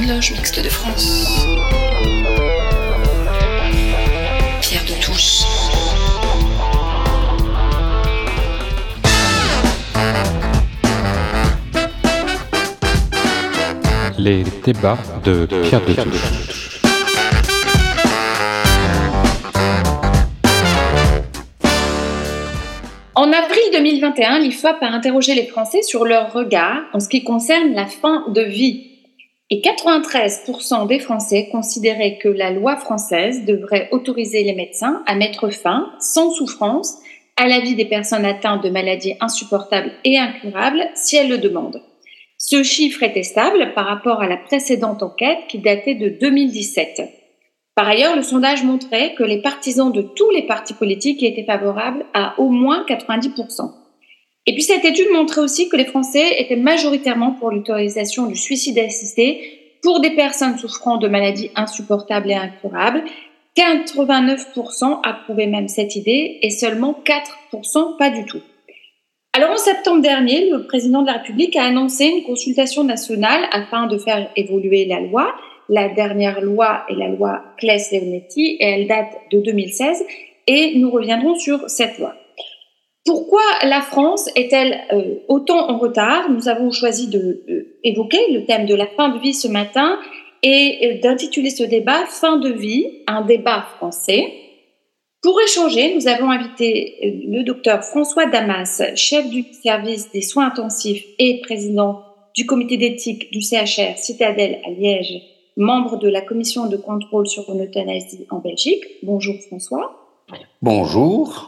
Grande Loge Mixte de France. Pierre de Touche. Les débats de Pierre de Touche. En avril 2021, l'IFOP a interrogé les Français sur leur regard en ce qui concerne la fin de vie. Et 93% des Français considéraient que la loi française devrait autoriser les médecins à mettre fin, sans souffrance, à la vie des personnes atteintes de maladies insupportables et incurables si elles le demandent. Ce chiffre était stable par rapport à la précédente enquête qui datait de 2017. Par ailleurs, le sondage montrait que les partisans de tous les partis politiques étaient favorables à au moins 90%. Et puis cette étude montrait aussi que les Français étaient majoritairement pour l'autorisation du suicide assisté pour des personnes souffrant de maladies insupportables et incurables. 89% approuvaient même cette idée et seulement 4% pas du tout. Alors en septembre dernier, le président de la République a annoncé une consultation nationale afin de faire évoluer la loi. La dernière loi est la loi Claes-Leonetti et elle date de 2016 et nous reviendrons sur cette loi. Pourquoi la France est-elle autant en retard ? Nous avons choisi d'évoquer le thème de la fin de vie ce matin et d'intituler ce débat « Fin de vie, un débat français ». Pour échanger, nous avons invité le docteur François Damas, chef du service des soins intensifs et président du comité d'éthique du CHR Citadelle à Liège, membre de la commission de contrôle sur l'euthanasie en Belgique. Bonjour François. Bonjour.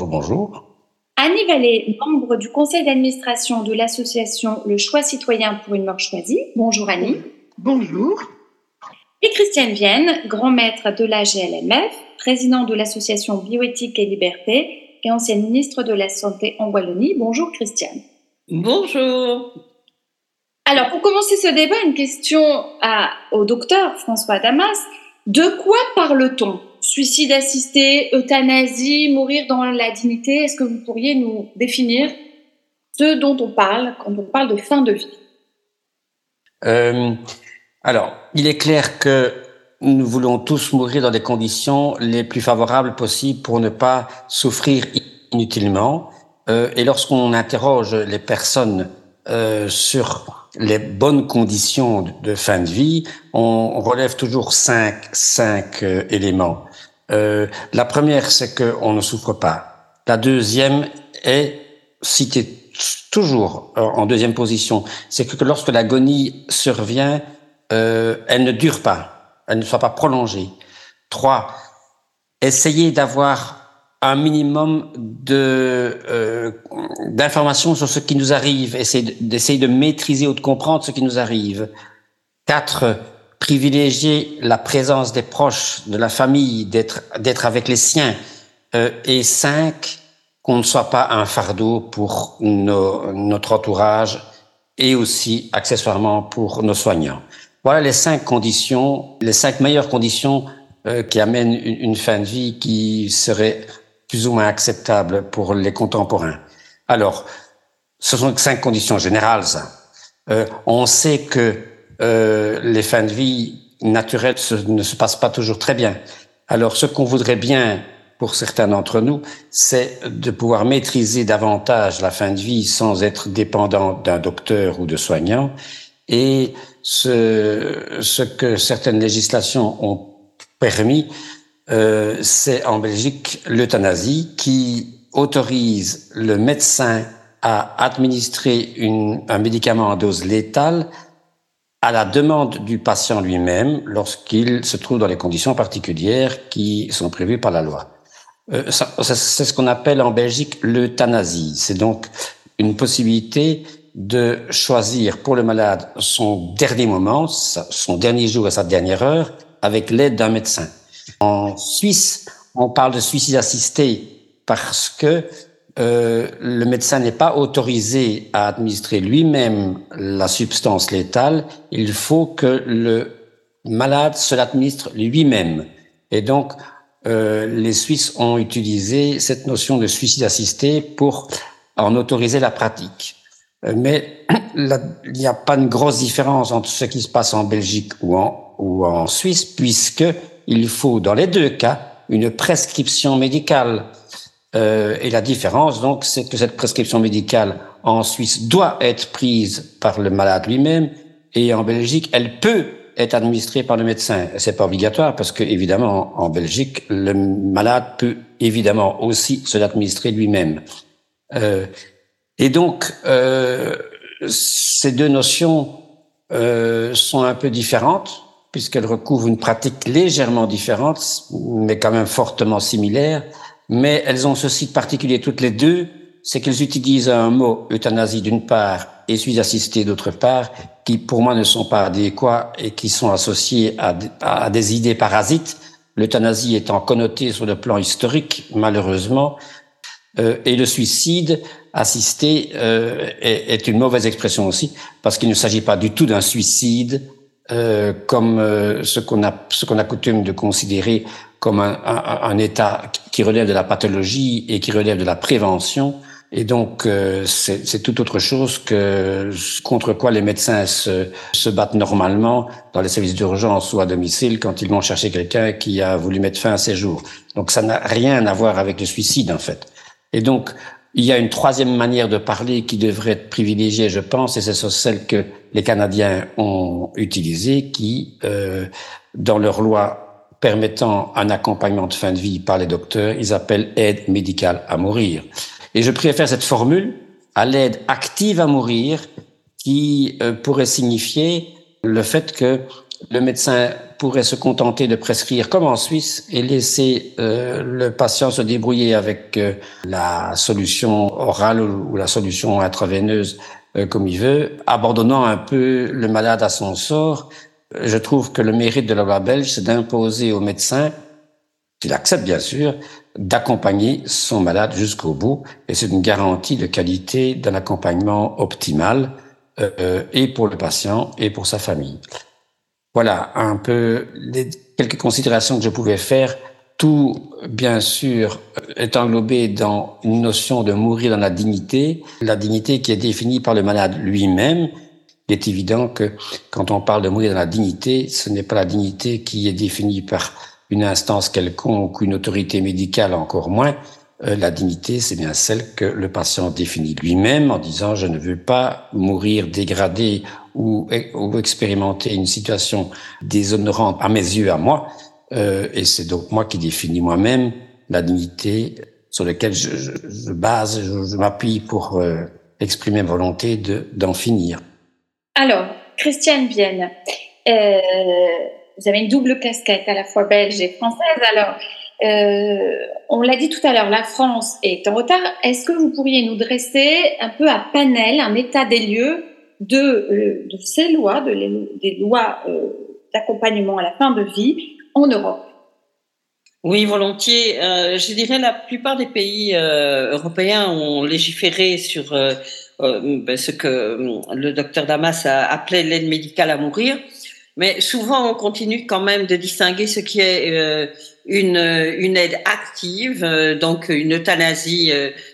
Annie Vallée, membre du conseil d'administration de l'association Le Choix Citoyen pour une mort choisie. Bonjour Annie. Bonjour. Et Christiane Vienne, grand maître de la GLMF, président de l'association Bioéthique et Liberté et ancienne ministre de la Santé en Wallonie. Bonjour Christiane. Bonjour. Alors pour commencer ce débat, une question au docteur François Damas. De quoi parle-t-on ? Suicide assisté, euthanasie, mourir dans la dignité. Est-ce que vous pourriez nous définir ce dont on parle quand on parle de fin de vie ? Alors, il est clair que nous voulons tous mourir dans des conditions les plus favorables possibles pour ne pas souffrir inutilement. Et lorsqu'on interroge les personnes sur les bonnes conditions de fin de vie, on relève toujours cinq éléments. La première, c'est qu'on ne souffre pas. La deuxième est citée toujours en deuxième position, c'est que lorsque l'agonie survient, elle ne dure pas, elle ne soit pas prolongée. 3, essayer d'avoir un minimum d'informations sur ce qui nous arrive, d'essayer de maîtriser ou de comprendre ce qui nous arrive. 4, privilégier la présence des proches, de la famille, d'être avec les siens. Et 5, qu'on ne soit pas un fardeau pour notre entourage et aussi accessoirement pour nos soignants. Voilà les 5 conditions, les 5 meilleures conditions qui amènent une fin de vie qui serait plus ou moins acceptable pour les contemporains. Alors, ce sont 5 conditions générales, ça. On sait que les fins de vie naturelles ne se passent pas toujours très bien. Alors, ce qu'on voudrait bien pour certains d'entre nous, c'est de pouvoir maîtriser davantage la fin de vie sans être dépendant d'un docteur ou de soignant. Et ce que certaines législations ont permis, c'est en Belgique l'euthanasie qui autorise le médecin à administrer un médicament à dose létale à la demande du patient lui-même lorsqu'il se trouve dans les conditions particulières qui sont prévues par la loi. C'est ce qu'on appelle en Belgique l'euthanasie. C'est donc une possibilité de choisir pour le malade son dernier moment, son dernier jour et sa dernière heure avec l'aide d'un médecin. En Suisse, on parle de suicide assisté parce que le médecin n'est pas autorisé à administrer lui-même la substance létale. Il faut que le malade se l'administre lui-même. Et donc, les Suisses ont utilisé cette notion de suicide assisté pour en autoriser la pratique. Mais il n'y a pas une grosse différence entre ce qui se passe en Belgique ou en Suisse, puisque il faut dans les deux cas une prescription médicale. Et la différence, donc, c'est que cette prescription médicale en Suisse doit être prise par le malade lui-même, et en Belgique, elle peut être administrée par le médecin. C'est pas obligatoire parce que, évidemment, en Belgique, le malade peut évidemment aussi se l'administrer lui-même. Et donc, ces deux notions sont un peu différentes, puisqu'elles recouvrent une pratique légèrement différente, mais quand même fortement similaire. Mais elles ont ceci de particulier toutes les deux, c'est qu'elles utilisent un mot euthanasie d'une part et suicide assisté d'autre part, qui pour moi ne sont pas adéquats et qui sont associés à des idées parasites. L'euthanasie étant connotée sur le plan historique, malheureusement, et le suicide assisté est une mauvaise expression aussi, parce qu'il ne s'agit pas du tout d'un suicide comme ce qu'on a coutume de considérer comme un état qui relève de la pathologie et qui relève de la prévention. Et donc, c'est tout autre chose que contre quoi les médecins se battent normalement dans les services d'urgence ou à domicile quand ils vont chercher quelqu'un qui a voulu mettre fin à ses jours. Donc, ça n'a rien à voir avec le suicide, en fait. Et donc, il y a une troisième manière de parler qui devrait être privilégiée, je pense, et c'est celle que les Canadiens ont utilisée, qui, dans leur loi permettant un accompagnement de fin de vie par les docteurs, ils appellent aide médicale à mourir. Et je préfère cette formule à l'aide active à mourir, qui pourrait signifier le fait que le médecin pourrait se contenter de prescrire comme en Suisse et laisser le patient se débrouiller avec la solution orale ou la solution intraveineuse comme il veut, abandonnant un peu le malade à son sort. Je trouve que le mérite de la loi belge, c'est d'imposer au médecin, qu'il accepte bien sûr, d'accompagner son malade jusqu'au bout. Et c'est une garantie de qualité d'un accompagnement optimal et pour le patient et pour sa famille. Voilà un peu quelques considérations que je pouvais faire. Tout, bien sûr, est englobé dans une notion de mourir dans la dignité qui est définie par le malade lui-même. Il est évident que quand on parle de mourir dans la dignité, ce n'est pas la dignité qui est définie par une instance quelconque ou une autorité médicale, encore moins. La dignité, c'est bien celle que le patient définit lui-même en disant « je ne veux pas mourir dégradé ou expérimenter une situation déshonorante à mes yeux, à moi ». Et c'est donc moi qui définis moi-même la dignité sur laquelle je m'appuie pour exprimer ma volonté d'en finir. Alors, Christiane Vienne, vous avez une double casquette, à la fois belge et française. Alors, on l'a dit tout à l'heure, la France est en retard. Est-ce que vous pourriez nous dresser un peu à panel, un état des lieux de ces lois, des lois d'accompagnement à la fin de vie en Europe? Oui, volontiers. Je dirais la plupart des pays européens ont légiféré sur ce que le docteur Damas a appelé l'aide médicale à mourir. Mais souvent, on continue quand même de distinguer ce qui est une aide active, donc une euthanasie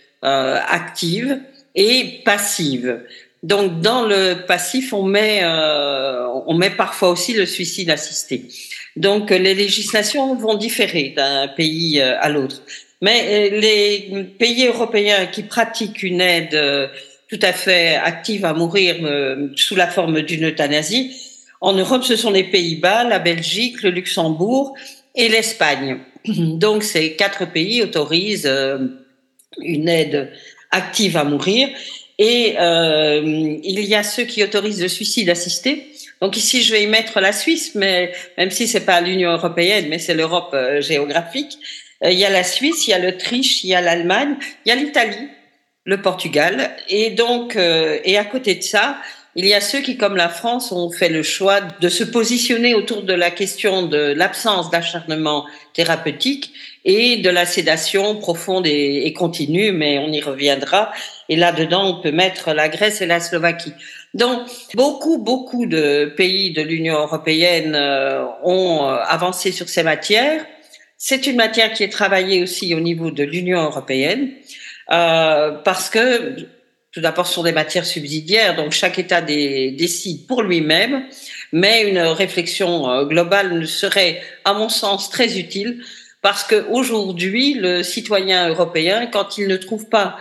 active et passive. Donc, dans le passif, on met parfois aussi le suicide assisté. Donc, les législations vont différer d'un pays à l'autre. Mais les pays européens qui pratiquent une aide tout à fait active à mourir sous la forme d'une euthanasie, en Europe, ce sont les Pays-Bas, la Belgique, le Luxembourg et l'Espagne. Donc, ces 4 pays autorisent une aide active à mourir. Et il y a ceux qui autorisent le suicide assisté. Donc ici, je vais y mettre la Suisse, mais même si c'est pas l'Union européenne, mais c'est l'Europe géographique. Il y a la Suisse, il y a l'Autriche, il y a l'Allemagne, il y a l'Italie, le Portugal. Et donc, et à côté de ça, il y a ceux qui, comme la France, ont fait le choix de se positionner autour de la question de l'absence d'acharnement thérapeutique et de la sédation profonde et continue, mais on y reviendra. Et là-dedans, on peut mettre la Grèce et la Slovaquie. Donc, beaucoup de pays de l'Union européenne ont avancé sur ces matières. C'est une matière qui est travaillée aussi au niveau de l'Union européenne, parce que tout d'abord sur des matières subsidiaires, donc chaque État décide pour lui-même, mais une réflexion globale serait, à mon sens, très utile, parce qu'aujourd'hui, le citoyen européen, quand il ne trouve pas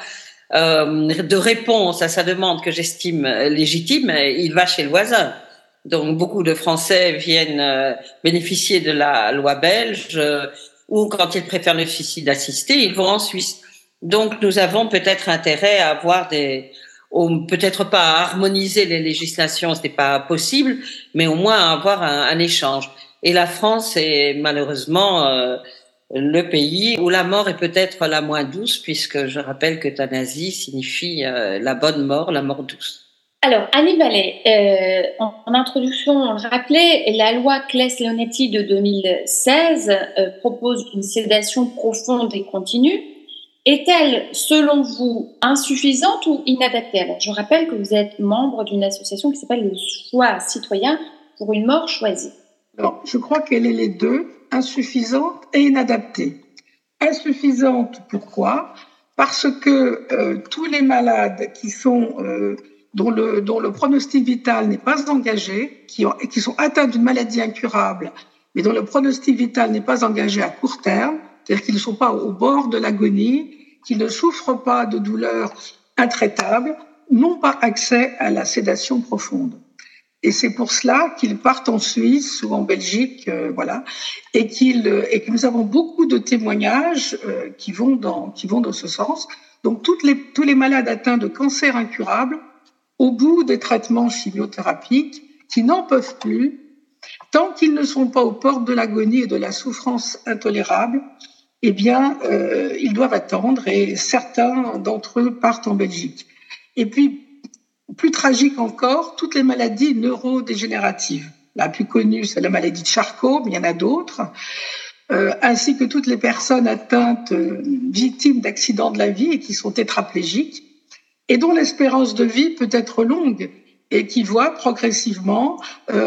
de réponse à sa demande que j'estime légitime, il va chez le voisin. Donc beaucoup de Français viennent bénéficier de la loi belge, ou quand ils préfèrent le suicide assisté, ils vont en Suisse. Donc nous avons peut-être intérêt à avoir peut-être pas à harmoniser les législations, ce n'est pas possible, mais au moins à avoir un échange. Et la France est malheureusement le pays où la mort est peut-être la moins douce, puisque je rappelle qu'euthanasie signifie la bonne mort, la mort douce. Alors, Annie Vallée, en introduction, on le rappelait, la loi Claes-Leonetti de 2016 propose une sédation profonde et continue. Est-elle, selon vous, insuffisante ou inadaptée? Alors, je rappelle que vous êtes membre d'une association qui s'appelle le Choix citoyen pour une mort choisie. Alors, je crois qu'elle est les deux, insuffisante et inadaptée. Insuffisante, pourquoi? Parce que tous les malades qui sont dont le pronostic vital n'est pas engagé, qui sont atteints d'une maladie incurable, mais dont le pronostic vital n'est pas engagé à court terme, c'est-à-dire qu'ils ne sont pas au bord de l'agonie, qu'ils ne souffrent pas de douleurs intraitables, n'ont pas accès à la sédation profonde. Et c'est pour cela qu'ils partent en Suisse ou en Belgique, voilà, et que nous avons beaucoup de témoignages qui vont dans ce sens. Donc tous les malades atteints de cancer incurable, au bout des traitements chimiothérapiques, qui n'en peuvent plus, tant qu'ils ne sont pas aux portes de l'agonie et de la souffrance intolérable, eh bien, ils doivent attendre, et certains d'entre eux partent en Belgique. Et puis, plus tragique encore, toutes les maladies neurodégénératives. La plus connue, c'est la maladie de Charcot, mais il y en a d'autres, ainsi que toutes les personnes atteintes, victimes d'accidents de la vie et qui sont tétraplégiques, et dont l'espérance de vie peut être longue et qui voient progressivement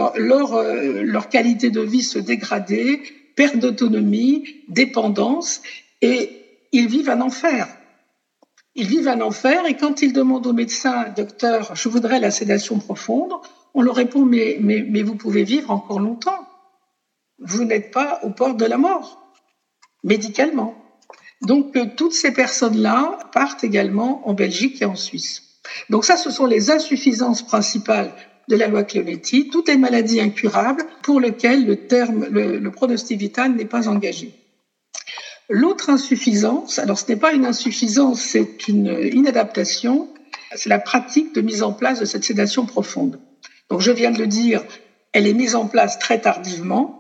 leur qualité de vie se dégrader, perte d'autonomie, dépendance, et ils vivent un enfer. Ils vivent un enfer, et quand ils demandent au médecin, docteur, je voudrais la sédation profonde, on leur répond, mais vous pouvez vivre encore longtemps. Vous n'êtes pas aux portes de la mort, médicalement. Donc, toutes ces personnes-là partent également en Belgique et en Suisse. Donc ça, ce sont les insuffisances principales de la loi Leonetti, toutes les maladies incurables pour lesquelles le pronostic vital n'est pas engagé. L'autre insuffisance, alors ce n'est pas une insuffisance, c'est une inadaptation, c'est la pratique de mise en place de cette sédation profonde. Donc je viens de le dire, elle est mise en place très tardivement.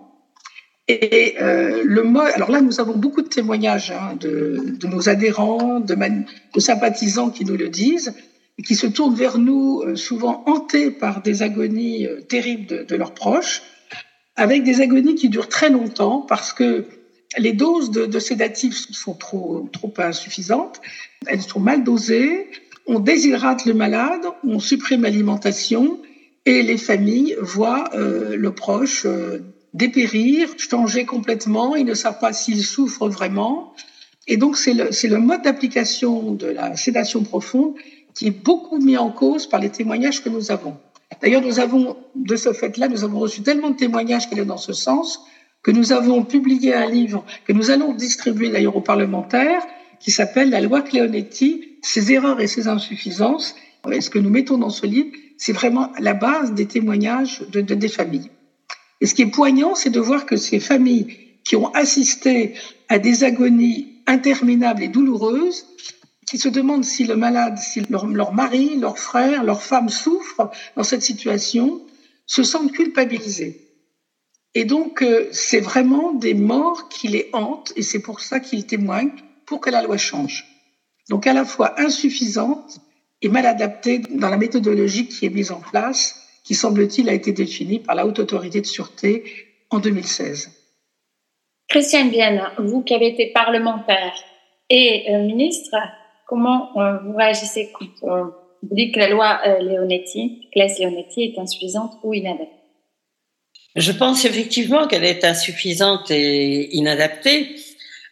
Et alors là, nous avons beaucoup de témoignages de nos adhérents, de sympathisants qui nous le disent, et qui se tournent vers nous, souvent hantés par des agonies terribles de leurs proches, avec des agonies qui durent très longtemps parce que les doses de sédatifs sont trop insuffisantes, elles sont mal dosées, on déshydrate le malade, on supprime l'alimentation, et les familles voient le proche dépérir, changer complètement, ils ne savent pas s'ils souffrent vraiment. Et donc, c'est le mode d'application de la sédation profonde qui est beaucoup mis en cause par les témoignages que nous avons. D'ailleurs, de ce fait-là, nous avons reçu tellement de témoignages qui allaient dans ce sens que nous avons publié un livre que nous allons distribuer d'ailleurs aux parlementaires qui s'appelle « La loi Leonetti, ses erreurs et ses insuffisances ». Et ce que nous mettons dans ce livre, c'est vraiment la base des témoignages des familles. Et ce qui est poignant, c'est de voir que ces familles qui ont assisté à des agonies interminables et douloureuses, qui se demandent si le malade, si leur mari, leur frère, leur femme souffrent dans cette situation, se sentent culpabilisés. Et donc, c'est vraiment des morts qui les hantent, et c'est pour ça qu'ils témoignent, pour que la loi change. Donc, à la fois insuffisante et mal adaptée dans la méthodologie qui est mise en place, qui, semble-t-il, a été définie par la Haute Autorité de Sûreté en 2016. Christiane Vienne, vous qui avez été parlementaire et ministre, comment vous réagissez quand on vous dit que la loi Claes-Leonetti est insuffisante ou inadaptée? Je pense effectivement qu'elle est insuffisante et inadaptée.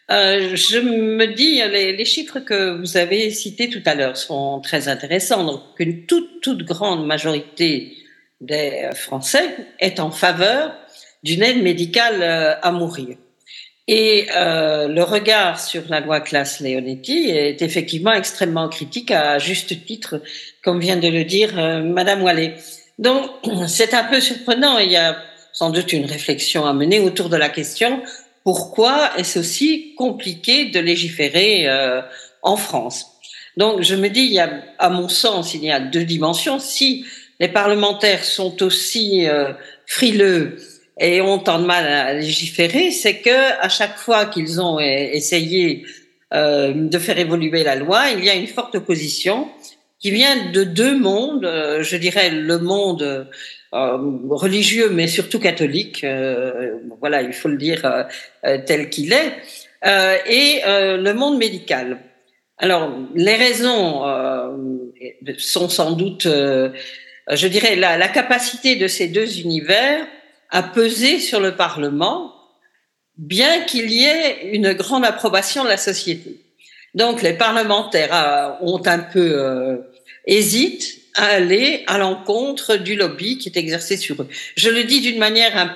Je me dis, les chiffres que vous avez cités tout à l'heure sont très intéressants. Donc, une toute grande majorité des Français est en faveur d'une aide médicale à mourir. Et le regard sur la loi Claes-Leonetti est effectivement extrêmement critique, à juste titre, comme vient de le dire Madame Wallet. Donc, c'est un peu surprenant. Il y a sans doute une réflexion à mener autour de la question: pourquoi est-ce aussi compliqué de légiférer en France? Donc, je me dis, à mon sens, il y a deux dimensions. Si les parlementaires sont aussi frileux et ont tant de mal à légiférer, c'est que à chaque fois qu'ils ont essayé de faire évoluer la loi, il y a une forte opposition qui vient de deux mondes, je dirais le monde religieux, mais surtout catholique, voilà, il faut le dire tel qu'il est, et le monde médical. Alors, les raisons sont sans doute, je dirais, la capacité de ces deux univers à peser sur le Parlement, bien qu'il y ait une grande approbation de la société. Donc, les parlementaires ont un peu hésitent à aller à l'encontre du lobby qui est exercé sur eux. Je le dis d'une manière un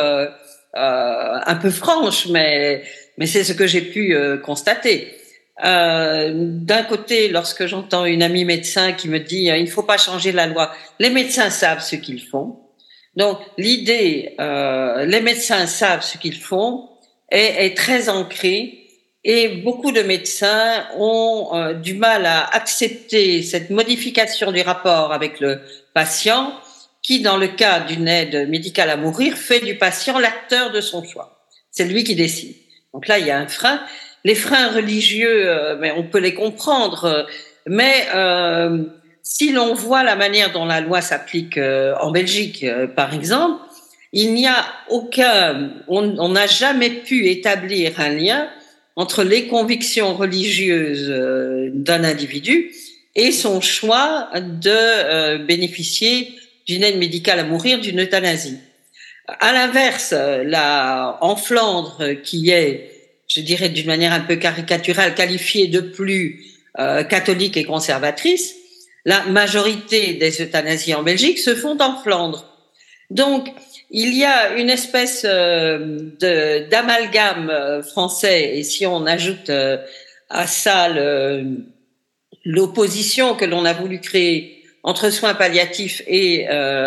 peu franche, mais c'est ce que j'ai pu constater. D'un côté, lorsque j'entends une amie médecin qui me dit il ne faut pas changer la loi, les médecins savent ce qu'ils font. Donc l'idée, les médecins savent ce qu'ils font, est très ancrée, et beaucoup de médecins ont du mal à accepter cette modification du rapport avec le patient, qui, dans le cas d'une aide médicale à mourir, fait du patient l'acteur de son choix. C'est lui qui décide. Donc là, il y a un frein. Les freins religieux, mais on peut les comprendre, mais si l'on voit la manière dont la loi s'applique en Belgique, par exemple, il n'y a on n'a jamais pu établir un lien entre les convictions religieuses d'un individu et son choix de bénéficier d'une aide médicale à mourir, d'une euthanasie. À l'inverse, en Flandre, qui est, je dirais d'une manière un peu caricaturale, qualifiée de plus catholique et conservatrice, la majorité des euthanasies en Belgique se font en Flandre. Donc, il y a une espèce d'amalgame français, et si on ajoute à ça l'opposition que l'on a voulu créer entre soins palliatifs et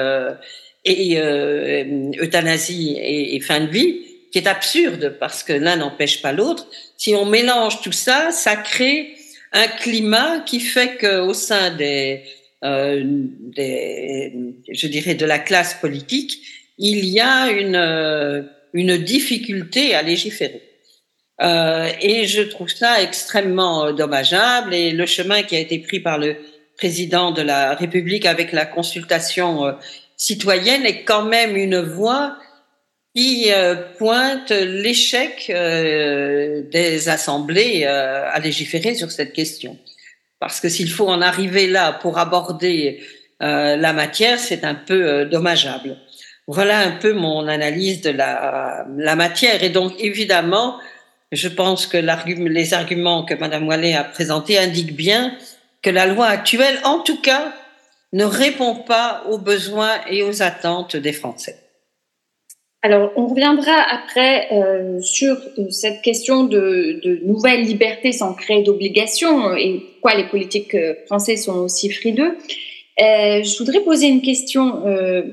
euthanasie et fin de vie, qui est absurde parce que l'un n'empêche pas l'autre. Si on mélange tout ça, ça crée un climat qui fait qu'au sein je dirais de la classe politique, il y a une difficulté à légiférer. Et je trouve ça extrêmement dommageable, et le chemin qui a été pris par le président de la République avec la consultation citoyenne est quand même une voie qui pointe l'échec des assemblées à légiférer sur cette question. Parce que s'il faut en arriver là pour aborder la matière, c'est un peu dommageable. Voilà un peu mon analyse de la matière. Et donc, évidemment, je pense que les arguments que Madame Wallet a présentés indiquent bien que la loi actuelle, en tout cas, ne répond pas aux besoins et aux attentes des Français. Alors, on reviendra après sur cette question de nouvelles libertés sans créer d'obligations et pourquoi les politiques français sont aussi frileux. Je voudrais poser une question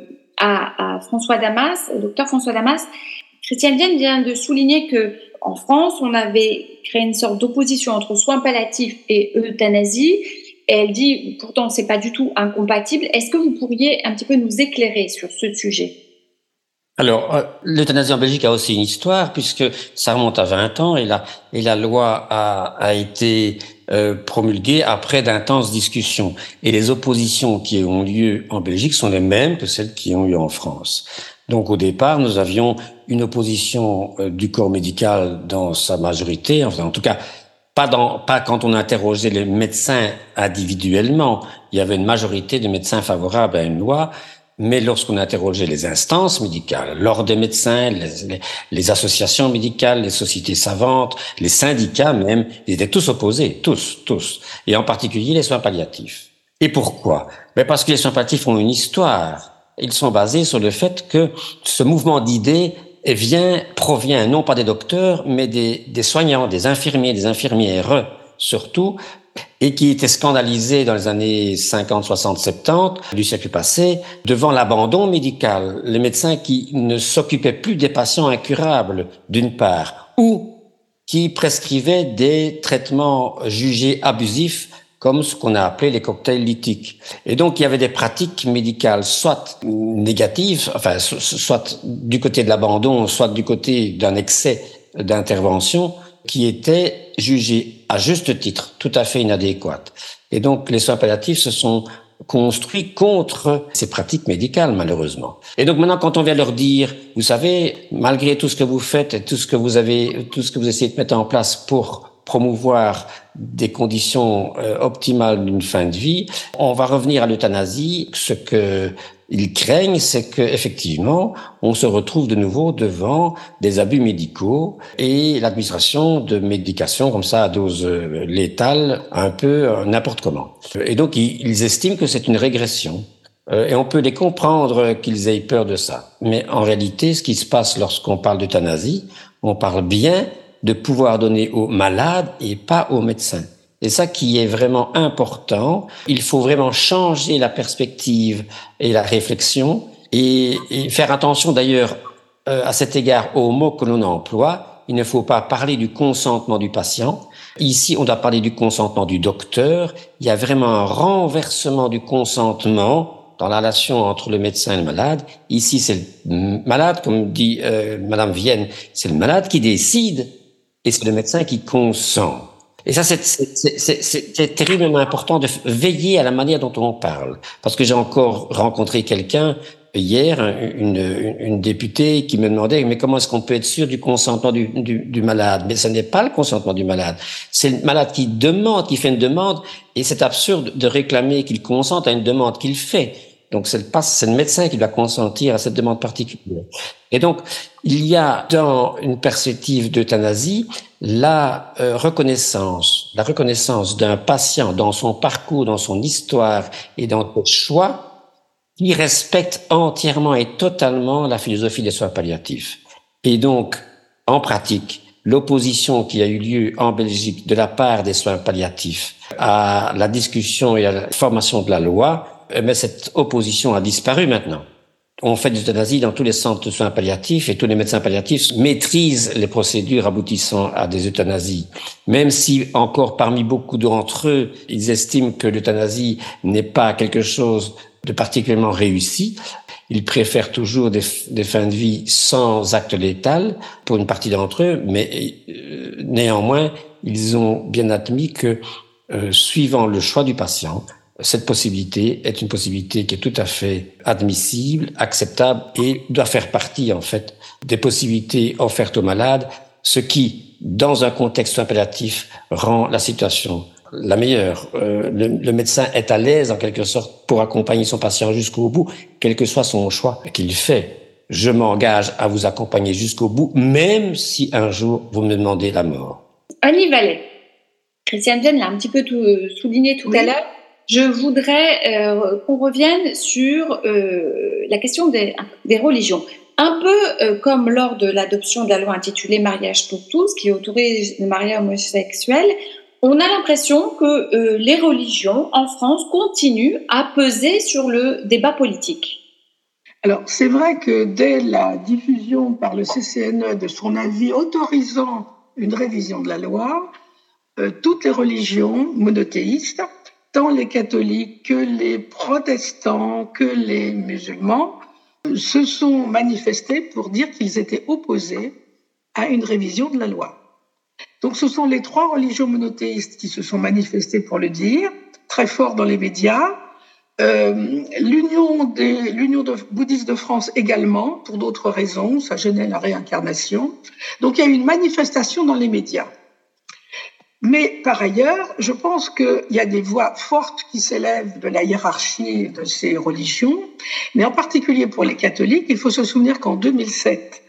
à François Damas, au docteur François Damas. Christiane Vienne vient de souligner que en France, on avait créé une sorte d'opposition entre soins palliatifs et euthanasie. Et elle dit, pourtant, c'est pas du tout incompatible. Est-ce que vous pourriez un petit peu nous éclairer sur ce sujet ? Alors, l'euthanasie en Belgique a aussi une histoire, puisque ça remonte à 20 ans, et la loi a été promulguée après d'intenses discussions. Et les oppositions qui ont lieu en Belgique sont les mêmes que celles qui ont eu en France. Donc, au départ, nous avions une opposition du corps médical dans sa majorité, enfin, en tout cas, pas quand on interrogeait les médecins individuellement. Il y avait une majorité de médecins favorables à une loi, Mais lorsqu'on a interrogé les instances médicales, l'ordre des médecins, les associations médicales, les sociétés savantes, les syndicats même, ils étaient tous opposés, tous. Et en particulier les soins palliatifs. Et pourquoi? Parce que les soins palliatifs ont une histoire. Ils sont basés sur le fait que ce mouvement d'idées provient non pas des docteurs, mais des soignants, des infirmiers, des infirmières surtout, et qui étaient scandalisés dans les années 50, 60, 70 du siècle passé devant l'abandon médical. Les médecins qui ne s'occupaient plus des patients incurables, d'une part, ou qui prescrivaient des traitements jugés abusifs, comme ce qu'on a appelé les cocktails lithiques. Et donc, il y avait des pratiques médicales, soit négatives, enfin, soit du côté de l'abandon, soit du côté d'un excès d'intervention, qui étaient jugées à juste titre, tout à fait inadéquates. Et donc, les soins palliatifs se sont construits contre ces pratiques médicales, malheureusement. Et donc maintenant, quand on vient leur dire, vous savez, malgré tout ce que vous faites et tout ce que vous essayez de mettre en place pour promouvoir des conditions optimales d'une fin de vie, on va revenir à l'euthanasie. Ce que ils craignent, c'est que effectivement, on se retrouve de nouveau devant des abus médicaux et l'administration de médications comme ça à dose létale, un peu n'importe comment. Et donc, ils estiment que c'est une régression. Et on peut les comprendre qu'ils aient peur de ça. Mais en réalité, ce qui se passe lorsqu'on parle d'euthanasie, on parle bien de pouvoir donner aux malades et pas aux médecins. Et ça qui est vraiment important, il faut vraiment changer la perspective et la réflexion et faire attention d'ailleurs à cet égard aux mots que l'on emploie. Il ne faut pas parler du consentement du patient. Ici, on doit parler du consentement du docteur. Il y a vraiment un renversement du consentement dans la relation entre le médecin et le malade. Ici, c'est le malade, comme dit Madame Vienne, c'est le malade qui décide et c'est le médecin qui consent. Et ça, c'est terriblement important de veiller à la manière dont on parle. Parce que j'ai encore rencontré quelqu'un hier, une députée qui me demandait, mais comment est-ce qu'on peut être sûr du consentement du malade? Mais ce n'est pas le consentement du malade. C'est le malade qui fait une demande, et c'est absurde de réclamer qu'il consente à une demande qu'il fait. Donc c'est le médecin qui doit consentir à cette demande particulière. Et donc, il y a dans une perspective d'euthanasie la reconnaissance d'un patient dans son parcours, dans son histoire et dans ses choix qui respecte entièrement et totalement la philosophie des soins palliatifs. Et donc, en pratique, l'opposition qui a eu lieu en Belgique de la part des soins palliatifs à la discussion et à la formation de la loi, mais cette opposition a disparu maintenant. On fait de l'euthanasie dans tous les centres de soins palliatifs et tous les médecins palliatifs maîtrisent les procédures aboutissant à des euthanasies. Même si encore parmi beaucoup d'entre eux, ils estiment que l'euthanasie n'est pas quelque chose de particulièrement réussi, ils préfèrent toujours des fins de vie sans acte létal pour une partie d'entre eux, mais néanmoins, ils ont bien admis que suivant le choix du patient, cette possibilité est une possibilité qui est tout à fait admissible, acceptable et doit faire partie, en fait, des possibilités offertes aux malades, ce qui, dans un contexte impératif, rend la situation la meilleure. Le médecin est à l'aise, en quelque sorte, pour accompagner son patient jusqu'au bout, quel que soit son choix qu'il fait. Je m'engage à vous accompagner jusqu'au bout, même si un jour vous me demandez la mort. Annie Vallée, Christiane Vienne l'a un petit peu souligné tout à l'heure. Je voudrais qu'on revienne sur la question des religions. Un peu comme lors de l'adoption de la loi intitulée « Mariage pour tous », qui autorise le mariage homosexuel, on a l'impression que les religions en France continuent à peser sur le débat politique. Alors, c'est vrai que dès la diffusion par le CCNE de son avis autorisant une révision de la loi, toutes les religions monothéistes, tant les catholiques que les protestants, que les musulmans, se sont manifestés pour dire qu'ils étaient opposés à une révision de la loi. Donc ce sont les trois religions monothéistes qui se sont manifestées pour le dire, très fort dans les médias. L'Union bouddhiste de France également, pour d'autres raisons, ça gênait la réincarnation. Donc il y a eu une manifestation dans les médias. Mais par ailleurs, je pense qu'il y a des voix fortes qui s'élèvent de la hiérarchie de ces religions, mais en particulier pour les catholiques, il faut se souvenir qu'en 2017,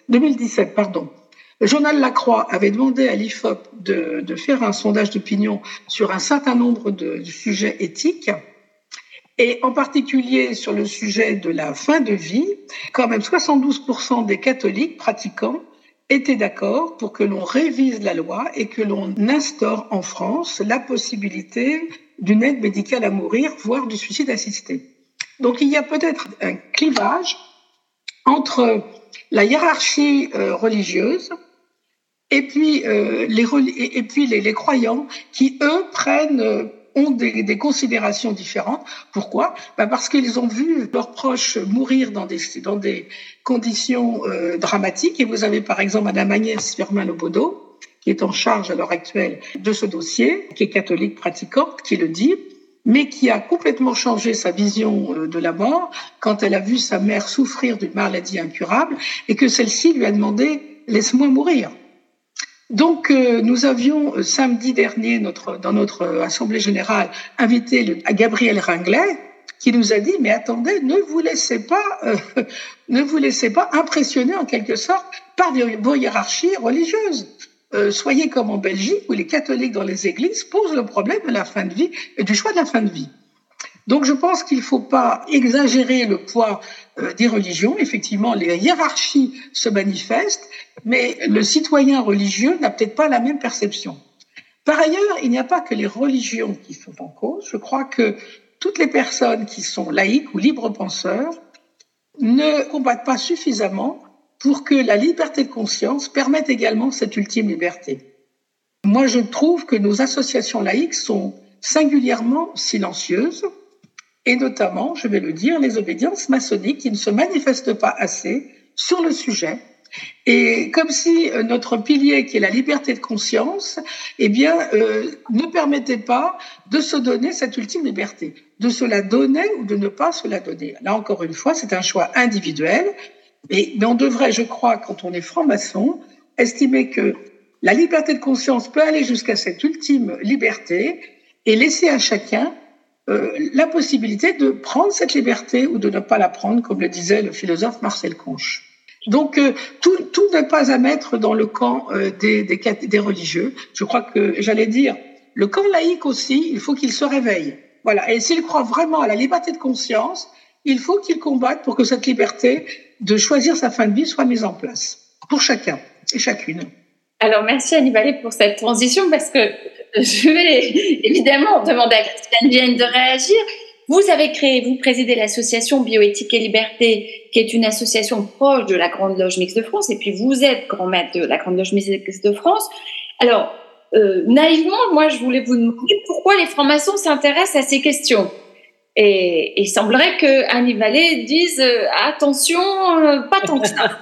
le journal La Croix avait demandé à l'IFOP de faire un sondage d'opinion sur un certain nombre de sujets éthiques, et en particulier sur le sujet de la fin de vie. Quand même 72% des catholiques pratiquants étaient d'accord pour que l'on révise la loi et que l'on instaure en France la possibilité d'une aide médicale à mourir, voire du suicide assisté. Donc il y a peut-être un clivage entre la hiérarchie religieuse et puis les croyants qui, eux, ont des considérations différentes. Pourquoi ? Parce qu'ils ont vu leurs proches mourir dans des conditions dramatiques. Et vous avez par exemple Madame Agnès Firmin-Lebaudot, qui est en charge à l'heure actuelle de ce dossier, qui est catholique pratiquante, qui le dit, mais qui a complètement changé sa vision de la mort quand elle a vu sa mère souffrir d'une maladie incurable et que celle-ci lui a demandé « laisse-moi mourir ». Donc, nous avions samedi dernier, dans notre assemblée générale, invité Gabriel Ringlet, qui nous a dit, mais attendez, ne vous laissez pas impressionner en quelque sorte par vos hiérarchies religieuses. Soyez comme en Belgique, où les catholiques dans les églises posent le problème de la fin de vie et du choix de la fin de vie. Donc, je pense qu'il ne faut pas exagérer le poids des religions. Effectivement, les hiérarchies se manifestent, mais le citoyen religieux n'a peut-être pas la même perception. Par ailleurs, il n'y a pas que les religions qui sont en cause. Je crois que toutes les personnes qui sont laïques ou libres penseurs ne combattent pas suffisamment pour que la liberté de conscience permette également cette ultime liberté. Moi, je trouve que nos associations laïques sont singulièrement silencieuses, et notamment, je vais le dire, les obédiences maçonniques qui ne se manifestent pas assez sur le sujet. Et comme si notre pilier, qui est la liberté de conscience, ne permettait pas de se donner cette ultime liberté, de se la donner ou de ne pas se la donner. Là, encore une fois, c'est un choix individuel, mais on devrait, je crois, quand on est franc-maçon, estimer que la liberté de conscience peut aller jusqu'à cette ultime liberté et laisser à chacun la possibilité de prendre cette liberté ou de ne pas la prendre, comme le disait le philosophe Marcel Conche. Donc, tout n'est pas à mettre dans le camp des religieux. Je crois que, j'allais dire, le camp laïque aussi, il faut qu'il se réveille. Voilà. Et s'il croit vraiment à la liberté de conscience, il faut qu'il combatte pour que cette liberté de choisir sa fin de vie soit mise en place pour chacun et chacune. Alors, merci Annie Vallée pour cette transition, parce que je vais évidemment demander à Christiane Vienne de réagir. Vous présidez l'association Bioéthique et Liberté, qui est une association proche de la Grande Loge Mixte de France, et puis vous êtes grand maître de la Grande Loge Mixte de France. Alors, naïvement, moi, je voulais vous demander pourquoi les francs-maçons s'intéressent à ces questions. Et il semblerait que Annie Vallée dise attention, pas tant que ça.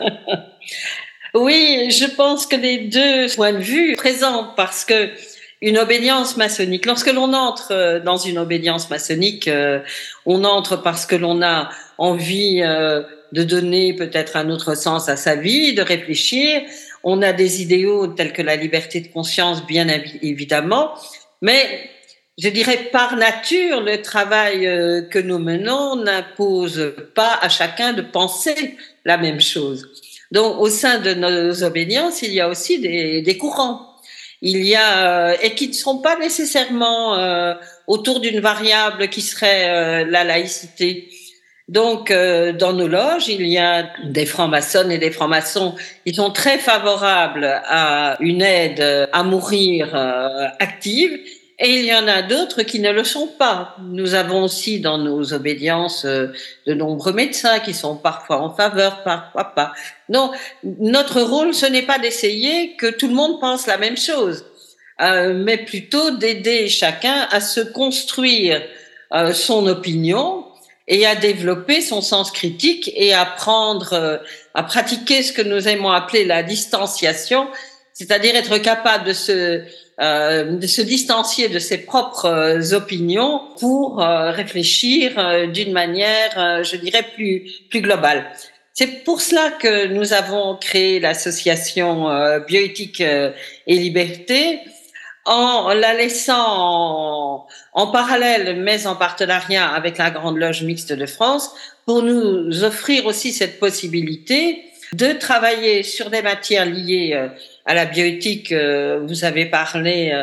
Oui, je pense que les deux points de vue présentent, parce que une obédience maçonnique, lorsque l'on entre dans une obédience maçonnique, on entre parce que l'on a envie de donner peut-être un autre sens à sa vie, de réfléchir. On a des idéaux tels que la liberté de conscience, bien évidemment, mais je dirais par nature, le travail que nous menons n'impose pas à chacun de penser la même chose. Donc, au sein de nos obédiences, il y a aussi des courants. Il y a et qui ne sont pas nécessairement autour d'une variable qui serait la laïcité. Donc, dans nos loges, il y a des francs-maçonnes et des francs-maçons qui sont très favorables à une aide à mourir active, et il y en a d'autres qui ne le sont pas. Nous avons aussi dans nos obédiences de nombreux médecins qui sont parfois en faveur, parfois pas. Non, notre rôle, ce n'est pas d'essayer que tout le monde pense la même chose, mais plutôt d'aider chacun à se construire son opinion et à développer son sens critique et à pratiquer ce que nous aimons appeler la distanciation, c'est-à-dire être capable de se distancier de ses propres opinions pour réfléchir d'une manière, je dirais, plus globale. C'est pour cela que nous avons créé l'association Bioéthique et Liberté, en la laissant en parallèle, mais en partenariat avec la Grande Loge Mixte de France, pour nous offrir aussi cette possibilité de travailler sur des matières liées à la bioéthique. Vous avez parlé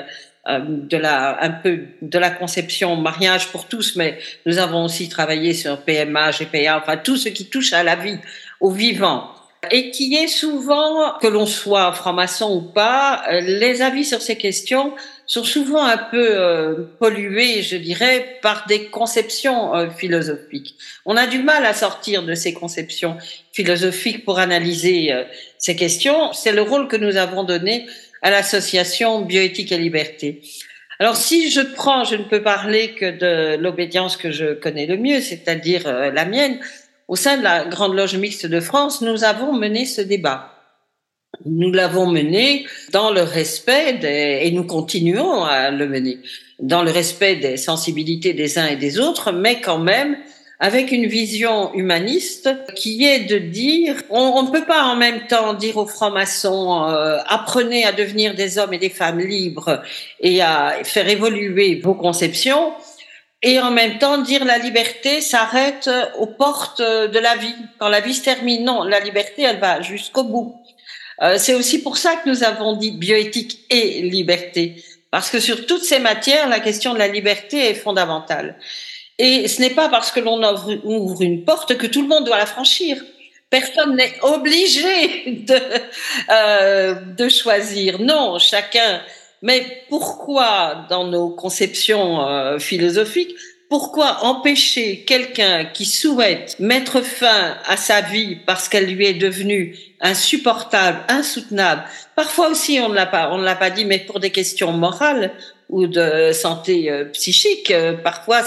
un peu de la conception mariage pour tous, mais nous avons aussi travaillé sur PMA, GPA, enfin tout ce qui touche à la vie, au vivant. Et qui est souvent, que l'on soit franc-maçon ou pas, les avis sur ces questions sont souvent un peu pollués, je dirais, par des conceptions philosophiques. On a du mal à sortir de ces conceptions philosophiques pour analyser ces questions. C'est le rôle que nous avons donné à l'association Bioéthique et Liberté. Alors si je ne peux parler que de l'obédience que je connais le mieux, c'est-à-dire la mienne. Au sein de la Grande Loge Mixte de France, nous avons mené ce débat. Nous l'avons mené dans le respect et nous continuons à le mener, dans le respect des sensibilités des uns et des autres, mais quand même avec une vision humaniste qui est de dire, on ne peut pas en même temps dire aux francs-maçons apprenez à devenir des hommes et des femmes libres et à faire évoluer vos conceptions, et en même temps dire la liberté s'arrête aux portes de la vie. Quand la vie se termine, non, la liberté, elle va jusqu'au bout. C'est aussi pour ça que nous avons dit bioéthique et liberté, parce que sur toutes ces matières, la question de la liberté est fondamentale. Et ce n'est pas parce que l'on ouvre une porte que tout le monde doit la franchir. Personne n'est obligé de choisir. Non, chacun. Mais pourquoi, dans nos conceptions philosophiques, pourquoi empêcher quelqu'un qui souhaite mettre fin à sa vie parce qu'elle lui est devenue insupportable, insoutenable? Parfois aussi, on ne l'a pas dit, mais pour des questions morales ou de santé psychique, parfois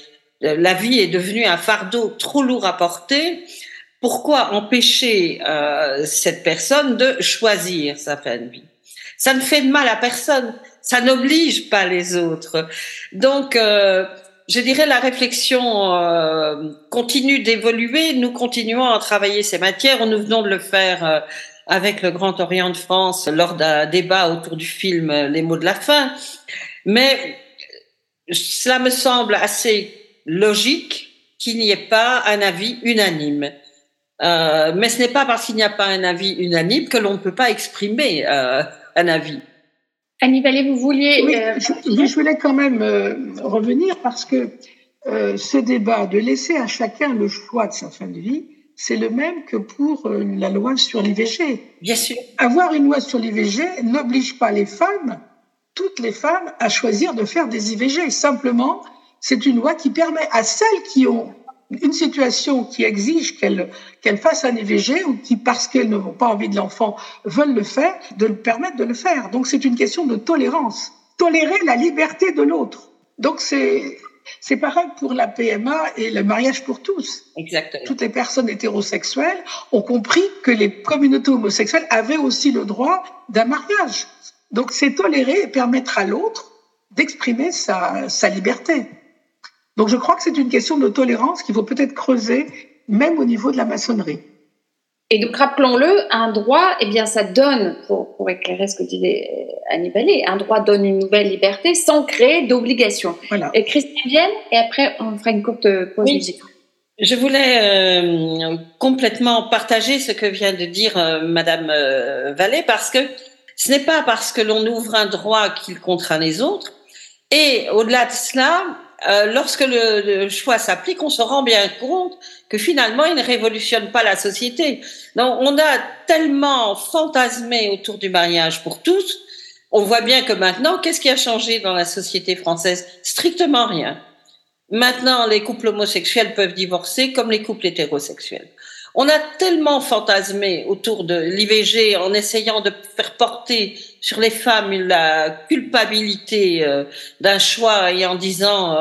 la vie est devenue un fardeau trop lourd à porter. Pourquoi empêcher cette personne de choisir sa fin de vie? Ça ne fait de mal à personne, ça n'oblige pas les autres. Donc, je dirais la réflexion continue d'évoluer. Nous continuons à travailler ces matières. Nous venons de le faire avec le Grand Orient de France lors d'un débat autour du film Les mots de la fin. Mais cela me semble assez logique qu'il n'y ait pas un avis unanime. Mais ce n'est pas parce qu'il n'y a pas un avis unanime que l'on ne peut pas exprimer un avis. Annie Vallée, vous vouliez... Oui, je voulais quand même revenir parce que ce débat de laisser à chacun le choix de sa fin de vie, c'est le même que pour la loi sur l'IVG. Bien sûr. Avoir une loi sur l'IVG n'oblige pas les femmes, toutes les femmes, à choisir de faire des IVG. Simplement, c'est une loi qui permet à celles qui ont une situation qui exige qu'elles fassent un IVG ou qui, parce qu'elles n'ont pas envie de l'enfant, veulent le faire, de le permettre de le faire. Donc, c'est une question de tolérance. Tolérer la liberté de l'autre. Donc, c'est pareil pour la PMA et le mariage pour tous. Exactement. Toutes les personnes hétérosexuelles ont compris que les communautés homosexuelles avaient aussi le droit d'un mariage. Donc, c'est tolérer et permettre à l'autre d'exprimer sa liberté. Donc, je crois que c'est une question de tolérance qu'il faut peut-être creuser, même au niveau de la maçonnerie. Et donc, rappelons-le, un droit, eh bien, ça donne, pour éclairer ce que disait Annie Vallée, un droit donne une nouvelle liberté sans créer d'obligation. Voilà. Et Christine Vienne, et après, on fera une courte pause musicale. Je voulais complètement partager ce que vient de dire Madame Vallée, parce que ce n'est pas parce que l'on ouvre un droit qu'il contraint les autres. Et au-delà de cela, lorsque le choix s'applique, on se rend bien compte que finalement, il ne révolutionne pas la société. Donc, on a tellement fantasmé autour du mariage pour tous. On voit bien que maintenant, qu'est-ce qui a changé dans la société française? Strictement rien. Maintenant, les couples homosexuels peuvent divorcer comme les couples hétérosexuels. On a tellement fantasmé autour de l'IVG en essayant de faire porter sur les femmes la culpabilité d'un choix et en disant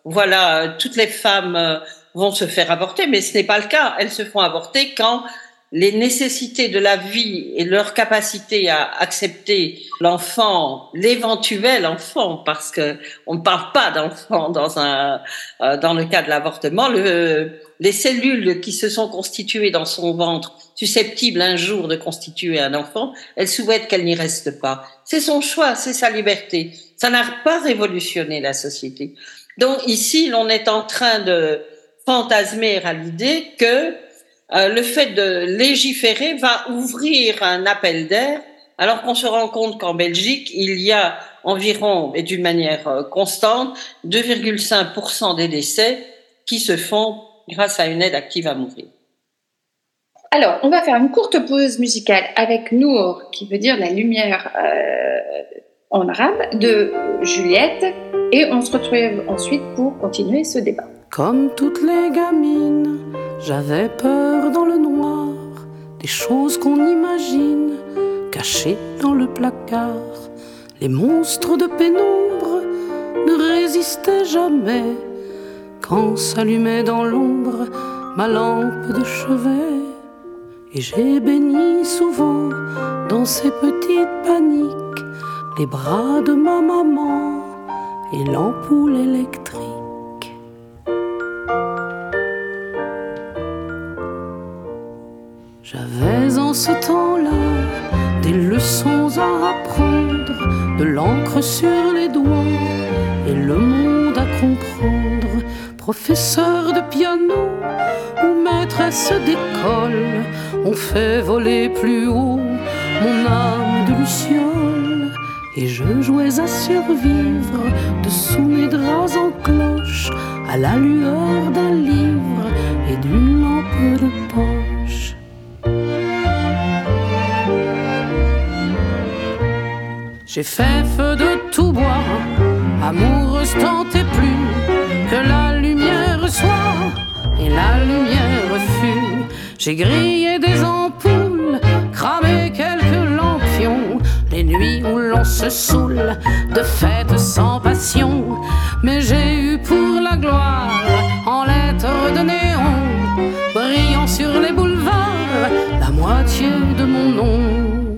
voilà, toutes les femmes vont se faire avorter, mais ce n'est pas le cas. Elles se font avorter quand les nécessités de la vie et leur capacité à accepter l'enfant, l'éventuel enfant, parce que on ne parle pas d'enfant dans le cas de l'avortement, les cellules qui se sont constituées dans son ventre, susceptibles un jour de constituer un enfant, elle souhaite qu'elle n'y reste pas. C'est son choix, c'est sa liberté. Ça n'a pas révolutionné la société. Donc ici, l'on est en train de fantasmer à l'idée que le fait de légiférer va ouvrir un appel d'air, alors qu'on se rend compte qu'en Belgique, il y a environ, et d'une manière constante, 2,5% des décès qui se font grâce à une aide active à mourir. Alors, on va faire une courte pause musicale avec Nour, qui veut dire la lumière en arabe, de Juliette, et on se retrouve ensuite pour continuer ce débat. Comme toutes les gamines, j'avais peur dans le noir, des choses qu'on imagine, cachées dans le placard. Les monstres de pénombre ne résistaient jamais, quand s'allumait dans l'ombre ma lampe de chevet. Et j'ai béni souvent dans ces petites paniques les bras de ma maman et l'ampoule électrique. J'avais en ce temps-là des leçons à apprendre, de l'encre sur les doigts et le monde à comprendre. Professeur de piano ou maîtresse d'école, on fait voler plus haut mon âme de luciole. Et je jouais à survivre dessous mes draps en cloche, à la lueur d'un livre et d'une lampe de poche. J'ai fait feu de tout bois, amoureuse tant et plus que la lumière soit et la lumière fut. J'ai grillé des ampoules, cramé quelques lampions, les nuits où l'on se saoule de fêtes sans passion. Mais j'ai eu pour la gloire, en lettres de néon, brillant sur les boulevards, la moitié de mon nom.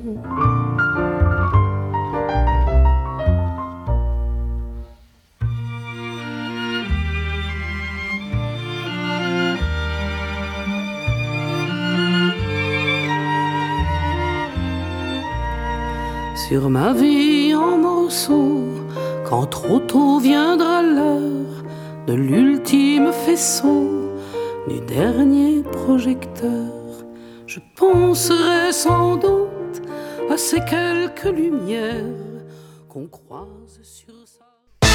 Sur ma vie en morceaux, quand trop tôt viendra l'heure de l'ultime faisceau, du dernier projecteur, je penserai sans doute à ces quelques lumières qu'on croise sur sa...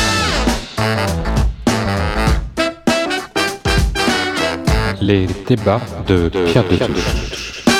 Les débats de Pierre de Touche.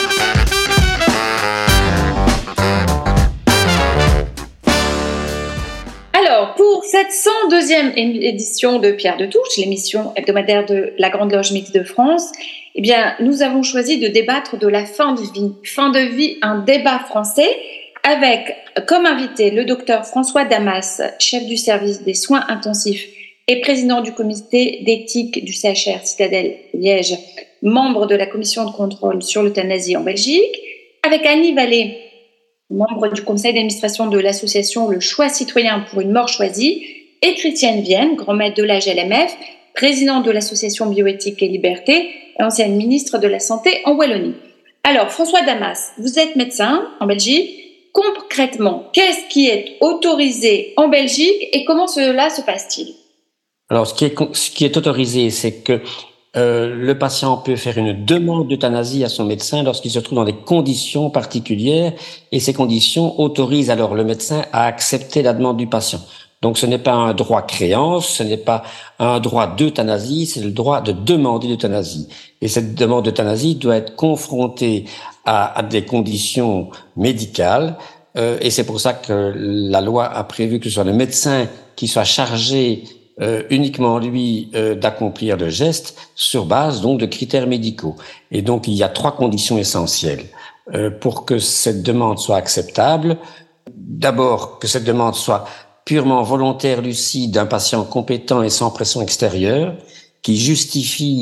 Pour cette 102e édition de Pierre de Touche, l'émission hebdomadaire de la Grande Loge Mixte de France, eh bien, nous avons choisi de débattre de la fin de vie. Fin de vie, un débat français, avec comme invité le docteur François Damas, chef du service des soins intensifs et président du comité d'éthique du CHR Citadelle Liège, membre de la commission de contrôle sur l'euthanasie en Belgique, avec Annie Vallée, membre du conseil d'administration de l'association Le Choix Citoyen pour une mort choisie, et Christiane Vienne, grand maître de la GLMF, présidente de l'association Bioéthique et Liberté et ancienne ministre de la Santé en Wallonie. Alors, François Damas, vous êtes médecin en Belgique. Concrètement, qu'est-ce qui est autorisé en Belgique et comment cela se passe-t-il ? Alors, ce qui est autorisé, c'est que le patient peut faire une demande d'euthanasie à son médecin lorsqu'il se trouve dans des conditions particulières, et ces conditions autorisent alors le médecin à accepter la demande du patient. Donc ce n'est pas un droit créance, ce n'est pas un droit d'euthanasie, c'est le droit de demander l'euthanasie. Et cette demande d'euthanasie doit être confrontée à des conditions médicales, et c'est pour ça que la loi a prévu que ce soit le médecin qui soit chargé uniquement lui d'accomplir le geste sur base donc de critères médicaux. Et donc il y a 3 conditions essentielles pour que cette demande soit acceptable. D'abord, que cette demande soit purement volontaire, lucide, d'un patient compétent et sans pression extérieure, qui justifie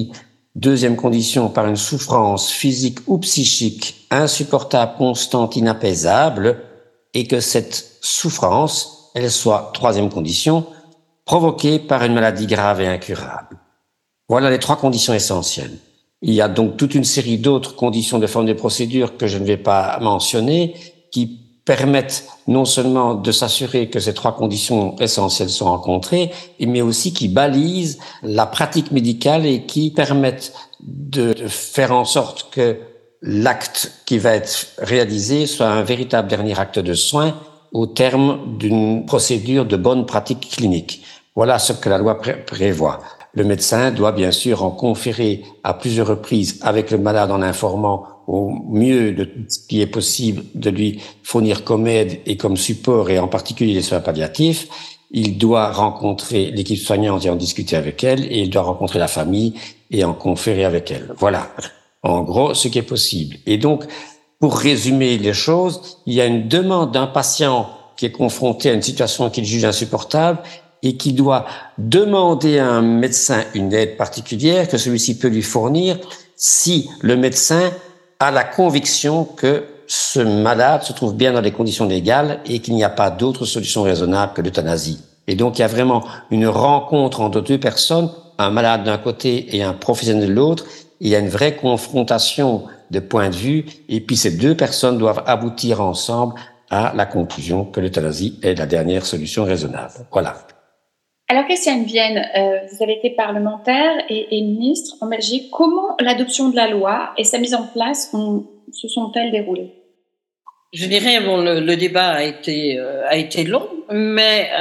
Deuxième condition, par une souffrance physique ou psychique insupportable, constante, inapaisable, et que cette souffrance, elle soit, troisième condition, provoquée par une maladie grave et incurable. Voilà les trois conditions essentielles. Il y a donc toute une série d'autres conditions de forme de procédure que je ne vais pas mentionner, qui permettent non seulement de s'assurer que ces trois conditions essentielles sont rencontrées, mais aussi qui balisent la pratique médicale et qui permettent de faire en sorte que l'acte qui va être réalisé soit un véritable dernier acte de soin au terme d'une procédure de bonne pratique clinique. Voilà ce que la loi prévoit. Le médecin doit bien sûr en conférer à plusieurs reprises avec le malade en informant au mieux de tout ce qui est possible de lui fournir comme aide et comme support, et en particulier les soins palliatifs. Il doit rencontrer l'équipe soignante et en discuter avec elle, et il doit rencontrer la famille et en conférer avec elle. Voilà, en gros, ce qui est possible. Et donc, pour résumer les choses, il y a une demande d'un patient qui est confronté à une situation qu'il juge insupportable et qui doit demander à un médecin une aide particulière que celui-ci peut lui fournir si le médecin a la conviction que ce malade se trouve bien dans les conditions légales et qu'il n'y a pas d'autre solution raisonnable que l'euthanasie. Et donc, il y a vraiment une rencontre entre deux personnes, un malade d'un côté et un professionnel de l'autre. Il y a une vraie confrontation de points de vue, et puis ces deux personnes doivent aboutir ensemble à la conclusion que l'euthanasie est la dernière solution raisonnable. Voilà. Alors, Christiane Vienne, vous avez été parlementaire et ministre en Belgique. Comment l'adoption de la loi et sa mise en place se sont-elles déroulées? Je dirais, bon, le débat a été long, mais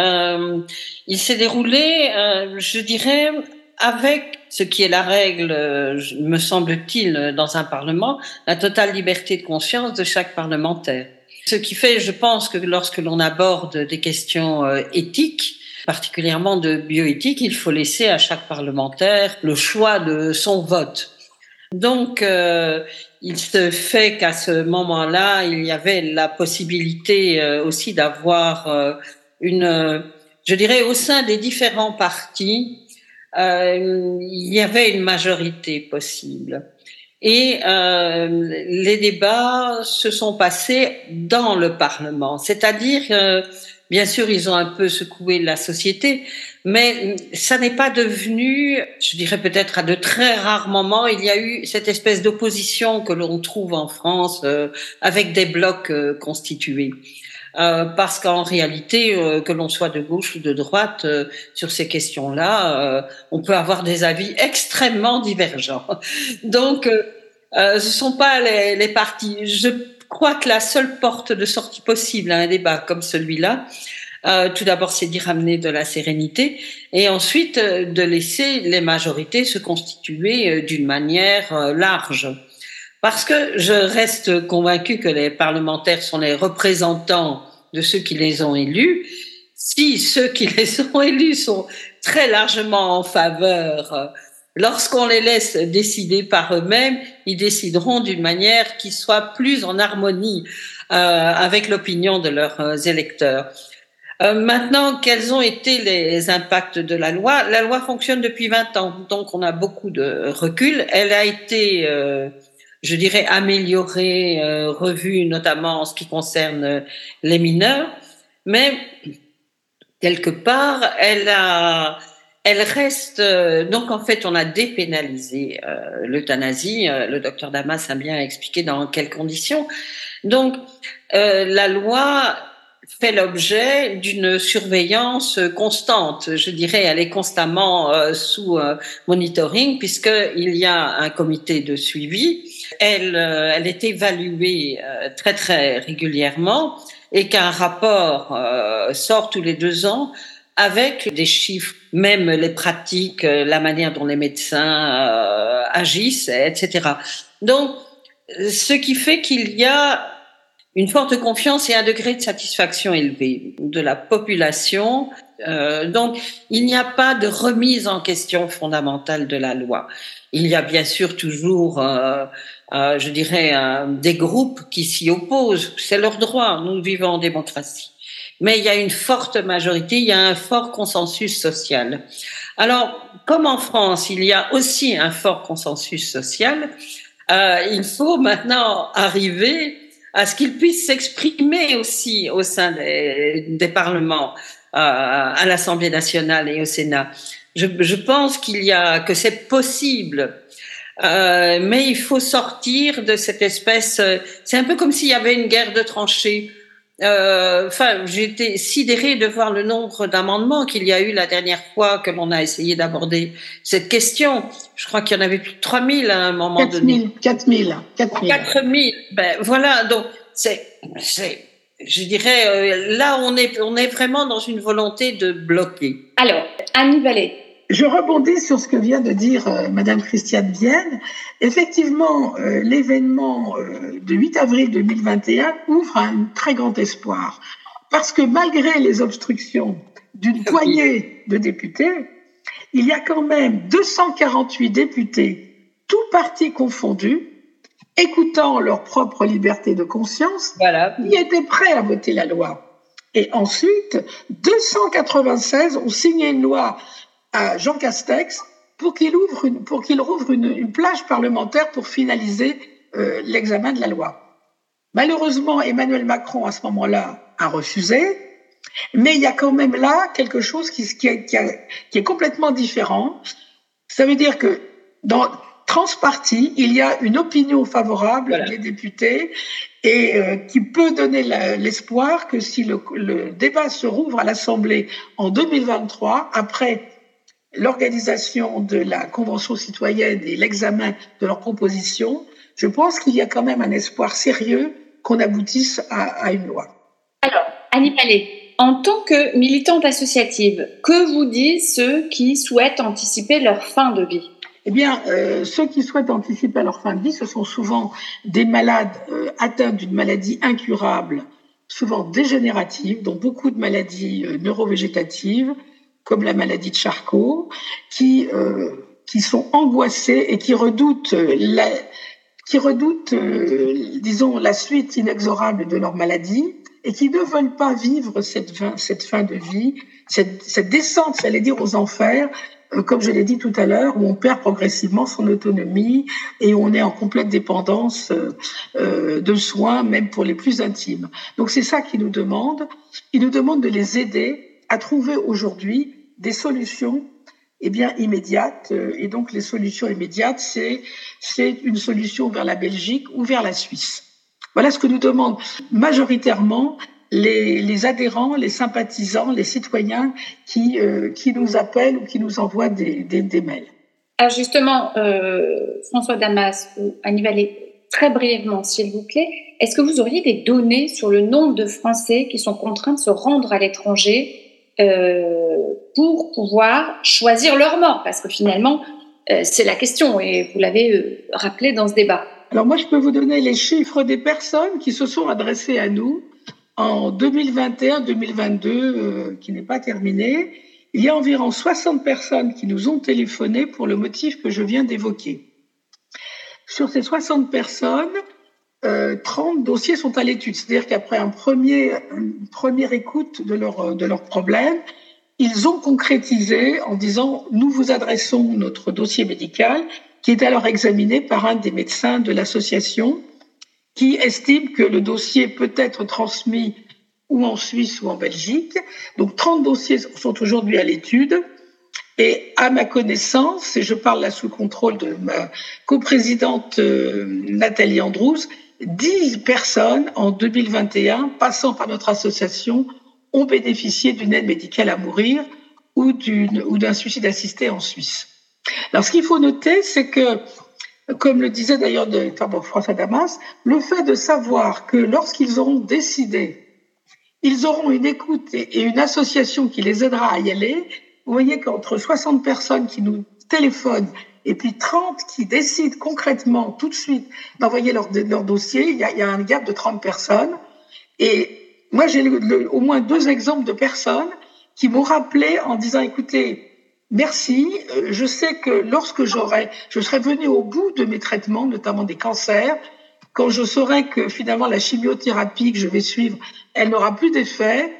il s'est déroulé, je dirais, avec ce qui est la règle, me semble-t-il, dans un parlement, la totale liberté de conscience de chaque parlementaire. Ce qui fait, je pense, que lorsque l'on aborde des questions éthiques, particulièrement de bioéthique, il faut laisser à chaque parlementaire le choix de son vote. Donc, il se fait qu'à ce moment-là, il y avait la possibilité aussi d'avoir je dirais, au sein des différents partis, il y avait une majorité possible. Et les débats se sont passés dans le Parlement, c'est-à-dire bien sûr, ils ont un peu secoué la société, mais ça n'est pas devenu, je dirais peut-être à de très rares moments, il y a eu cette espèce d'opposition que l'on trouve en France avec des blocs constitués. Parce qu'en réalité, que l'on soit de gauche ou de droite, sur ces questions-là, on peut avoir des avis extrêmement divergents. Donc, ce sont pas les partis. Je crois que la seule porte de sortie possible à un débat comme celui-là, tout d'abord, c'est d'y ramener de la sérénité, et ensuite de laisser les majorités se constituer d'une manière large. Parce que je reste convaincue que les parlementaires sont les représentants de ceux qui les ont élus. Si ceux qui les ont élus sont très largement en faveur, lorsqu'on les laisse décider par eux-mêmes, ils décideront d'une manière qui soit plus en harmonie avec l'opinion de leurs électeurs. Maintenant, quels ont été les impacts de la loi? La loi fonctionne depuis 20 ans, donc on a beaucoup de recul. Elle a été, je dirais, améliorée, revue, notamment en ce qui concerne les mineurs, mais quelque part, elle reste, donc en fait, on a dépénalisé l'euthanasie. Le docteur Damas a bien expliqué dans quelles conditions. Donc, la loi fait l'objet d'une surveillance constante. Je dirais, elle est constamment sous monitoring, puisqu'il y a un comité de suivi. Elle est évaluée très très régulièrement, et qu'un rapport sort tous les 2 ans avec des chiffres, même les pratiques, la manière dont les médecins agissent, etc. Donc, ce qui fait qu'il y a une forte confiance et un degré de satisfaction élevé de la population. Donc, il n'y a pas de remise en question fondamentale de la loi. Il y a bien sûr toujours, je dirais, des groupes qui s'y opposent. C'est leur droit. Nous vivons en démocratie. mais il y a une forte majorité, il y a un fort consensus social. Alors, comme en France, il y a aussi un fort consensus social, il faut maintenant arriver à ce qu'ils puissent s'exprimer aussi au sein des parlements, à l'Assemblée nationale et au Sénat. Je pense que c'est possible. Mais il faut sortir de cette espèce. C'est un peu comme s'il y avait une guerre de tranchées. J'ai été sidérée de voir le nombre d'amendements qu'il y a eu la dernière fois que l'on a essayé d'aborder cette question. Je crois qu'il y en avait plus de 3000 à un moment donné. 4000. 4000. Ben voilà. Donc je dirais, là on est vraiment dans une volonté de bloquer. Alors, Annie Vallée. Je rebondis sur ce que vient de dire Madame Christiane Vienne. Effectivement, l'événement du 8 avril 2021 ouvre un très grand espoir. Parce que malgré les obstructions d'une poignée de députés, il y a quand même 248 députés, tous partis confondus, écoutant leur propre liberté de conscience, qui étaient prêts à voter la loi. Et ensuite, 296 ont signé une loi à Jean Castex pour qu'il rouvre une plage parlementaire pour finaliser l'examen de la loi. Malheureusement, Emmanuel Macron, à ce moment-là, a refusé, mais il y a quand même là quelque chose qui est complètement différent. Ça veut dire que dans transparti, il y a une opinion favorable des députés et qui peut donner l'espoir que si le débat se rouvre à l'Assemblée en 2023, après l'organisation de la Convention citoyenne et l'examen de leurs propositions, je pense qu'il y a quand même un espoir sérieux qu'on aboutisse à une loi. Alors, Annie Vallée, en tant que militante associative, que vous disent ceux qui souhaitent anticiper leur fin de vie ? Eh bien, ceux qui souhaitent anticiper leur fin de vie, ce sont souvent des malades atteints d'une maladie incurable, souvent dégénérative, dont beaucoup de maladies neurovégétatives, comme la maladie de Charcot, qui sont angoissés et qui redoutent disons, la suite inexorable de leur maladie et qui ne veulent pas vivre cette fin de vie, cette descente, j'allais dire, aux enfers, comme je l'ai dit tout à l'heure, où on perd progressivement son autonomie et où on est en complète dépendance de soins, même pour les plus intimes. Donc c'est ça qu'ils nous demandent. Ils nous demandent de les aider à trouver aujourd'hui des solutions immédiates. Et donc les solutions immédiates, c'est une solution vers la Belgique ou vers la Suisse. Voilà ce que nous demandent majoritairement les adhérents, les sympathisants, les citoyens qui nous appellent ou qui nous envoient des mails. Alors justement, François Damas ou Annie Vallée, très brièvement, s'il vous plaît, est-ce que vous auriez des données sur le nombre de Français qui sont contraints de se rendre à l'étranger pour pouvoir choisir leur mort? Parce que finalement, c'est la question et vous l'avez rappelé dans ce débat. Alors moi, je peux vous donner les chiffres des personnes qui se sont adressées à nous en 2021-2022, qui n'est pas terminé. Il y a environ 60 personnes qui nous ont téléphoné pour le motif que je viens d'évoquer. Sur ces 60 personnes, 30 dossiers sont à l'étude. C'est-à-dire qu'après une première écoute de leurs problèmes, ils ont concrétisé en disant « Nous vous adressons notre dossier médical » qui est alors examiné par un des médecins de l'association qui estime que le dossier peut être transmis ou en Suisse ou en Belgique. Donc 30 dossiers sont aujourd'hui à l'étude. Et à ma connaissance, et je parle là sous le contrôle de ma coprésidente Nathalie Andrews, 10 personnes en 2021, passant par notre association, ont bénéficié d'une aide médicale à mourir ou d'un suicide assisté en Suisse. Alors ce qu'il faut noter, c'est que, comme le disait d'ailleurs François Damas, le fait de savoir que lorsqu'ils auront décidé, ils auront une écoute et une association qui les aidera à y aller. Vous voyez qu'entre 60 personnes qui nous téléphonent et puis 30 qui décident concrètement tout de suite d'envoyer leur dossier, il y a un gap de 30 personnes. Et moi, j'ai au moins 2 exemples de personnes qui m'ont rappelé en disant « Écoutez, merci, je sais que lorsque je serai venue au bout de mes traitements, notamment des cancers, quand je saurai que finalement la chimiothérapie que je vais suivre, elle n'aura plus d'effet,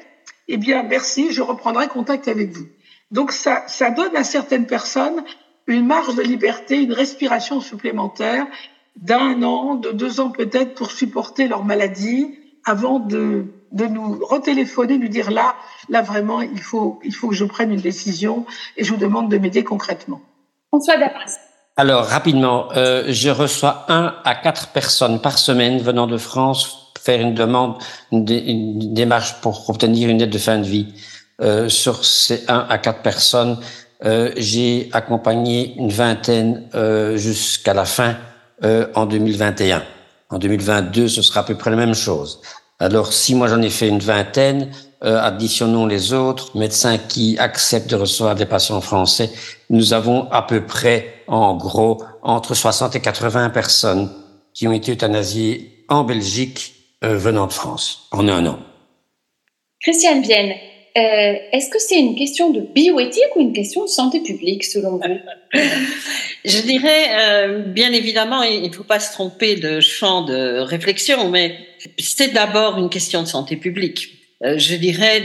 eh bien, merci, je reprendrai contact avec vous. Donc, ça donne à certaines personnes une marge de liberté, une respiration supplémentaire d'1 an, de 2 ans peut-être pour supporter leur maladie avant de nous retéléphoner, nous dire là vraiment, il faut que je prenne une décision et je vous demande de m'aider concrètement. François Damas. Alors, rapidement, je reçois 1 à 4 personnes par semaine venant de France faire une demande, une démarche pour obtenir une aide de fin de vie. Sur ces 1 à 4 personnes, j'ai accompagné une vingtaine jusqu'à la fin en 2021. En 2022, ce sera à peu près la même chose. Alors, si moi j'en ai fait une vingtaine, additionnons les autres médecins qui acceptent de recevoir des patients français. Nous avons à peu près, en gros, entre 60 et 80 personnes qui ont été euthanasiées en Belgique venant de France en 1 an. Christiane Vienne, est-ce que c'est une question de bioéthique ou une question de santé publique selon vous? Je dirais, bien évidemment, il ne faut pas se tromper de champ de réflexion, mais c'est d'abord une question de santé publique. Je dirais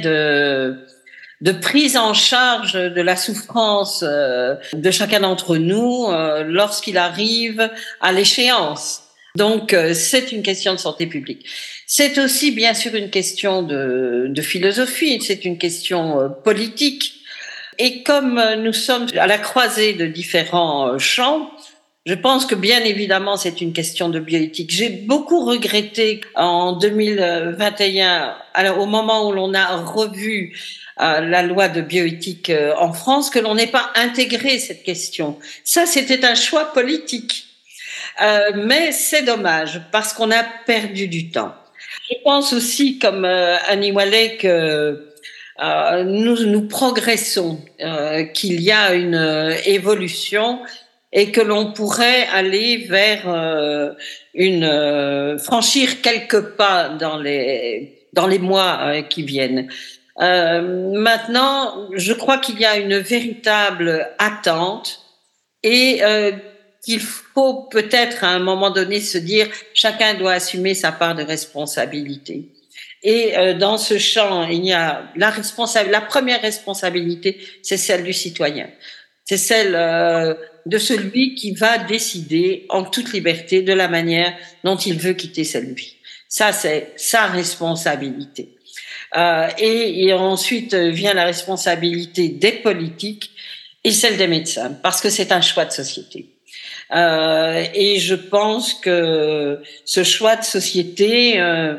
de prise en charge de la souffrance de chacun d'entre nous lorsqu'il arrive à l'échéance. Donc, c'est une question de santé publique. C'est aussi, bien sûr, une question de philosophie, c'est une question politique. Et comme nous sommes à la croisée de différents champs, je pense que, bien évidemment, c'est une question de bioéthique. J'ai beaucoup regretté en 2021, alors, au moment où l'on a revu la loi de bioéthique en France, que l'on n'ait pas intégré cette question. Ça, c'était un choix politique. Mais c'est dommage parce qu'on a perdu du temps. Je pense aussi, comme Annie Wallet, que nous progressons, qu'il y a une évolution et que l'on pourrait aller vers franchir quelques pas dans les mois qui viennent. Maintenant, je crois qu'il y a une véritable attente et qu'il faut peut-être à un moment donné se dire chacun doit assumer sa part de responsabilité. Et dans ce champ, il y a la première responsabilité, c'est celle du citoyen. C'est celle de celui qui va décider en toute liberté de la manière dont il veut quitter cette vie. Ça, c'est sa responsabilité. Et ensuite vient la responsabilité des politiques et celle des médecins, parce que c'est un choix de société. Et je pense que ce choix de société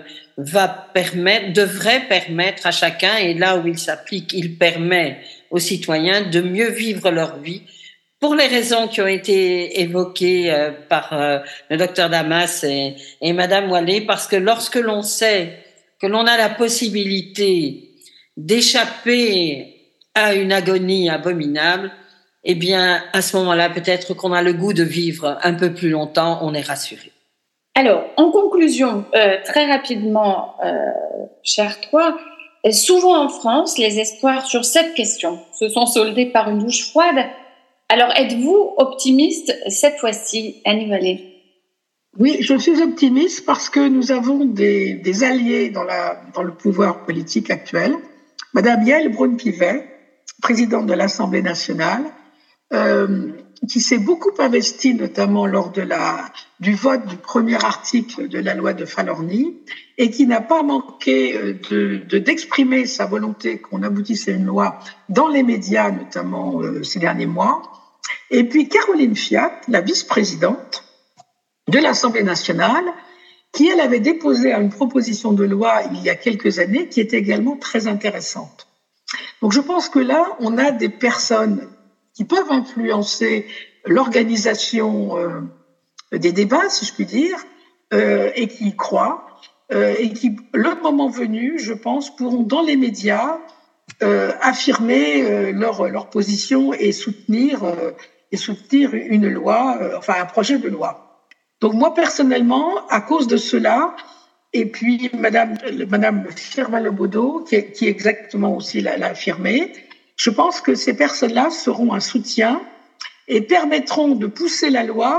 devrait permettre à chacun, et là où il s'applique, il permet aux citoyens de mieux vivre leur vie pour les raisons qui ont été évoquées par le docteur Damas et Madame Wallet, parce que lorsque l'on sait que l'on a la possibilité d'échapper à une agonie abominable, eh bien, à ce moment-là, peut-être qu'on a le goût de vivre un peu plus longtemps, on est rassuré. Alors, en conclusion, très rapidement, chers trois, souvent en France, les espoirs sur cette question se sont soldés par une douche froide. Alors, êtes-vous optimiste cette fois-ci, Annie Wallet? Oui, je suis optimiste parce que nous avons des alliés dans le pouvoir politique actuel. Madame Yaël Braun-Pivet, présidente de l'Assemblée nationale, qui s'est beaucoup investie, notamment lors du vote du premier article de la loi de Falorni, et qui n'a pas manqué d'exprimer sa volonté qu'on aboutisse à une loi dans les médias, notamment ces derniers mois. Et puis Caroline Fiat, la vice-présidente de l'Assemblée nationale, qui, elle, avait déposé une proposition de loi il y a quelques années, qui était également très intéressante. Donc je pense que là, on a des personnes qui peuvent influencer l'organisation des débats, si je puis dire, et qui y croient, et qui, le moment venu, je pense, pourront dans les médias affirmer leur position et soutenir une loi, un projet de loi. Donc moi, personnellement, à cause de cela, et puis Madame Firmin-Lebaudot, qui exactement aussi l'a affirmé, je pense que ces personnes-là seront un soutien et permettront de pousser la loi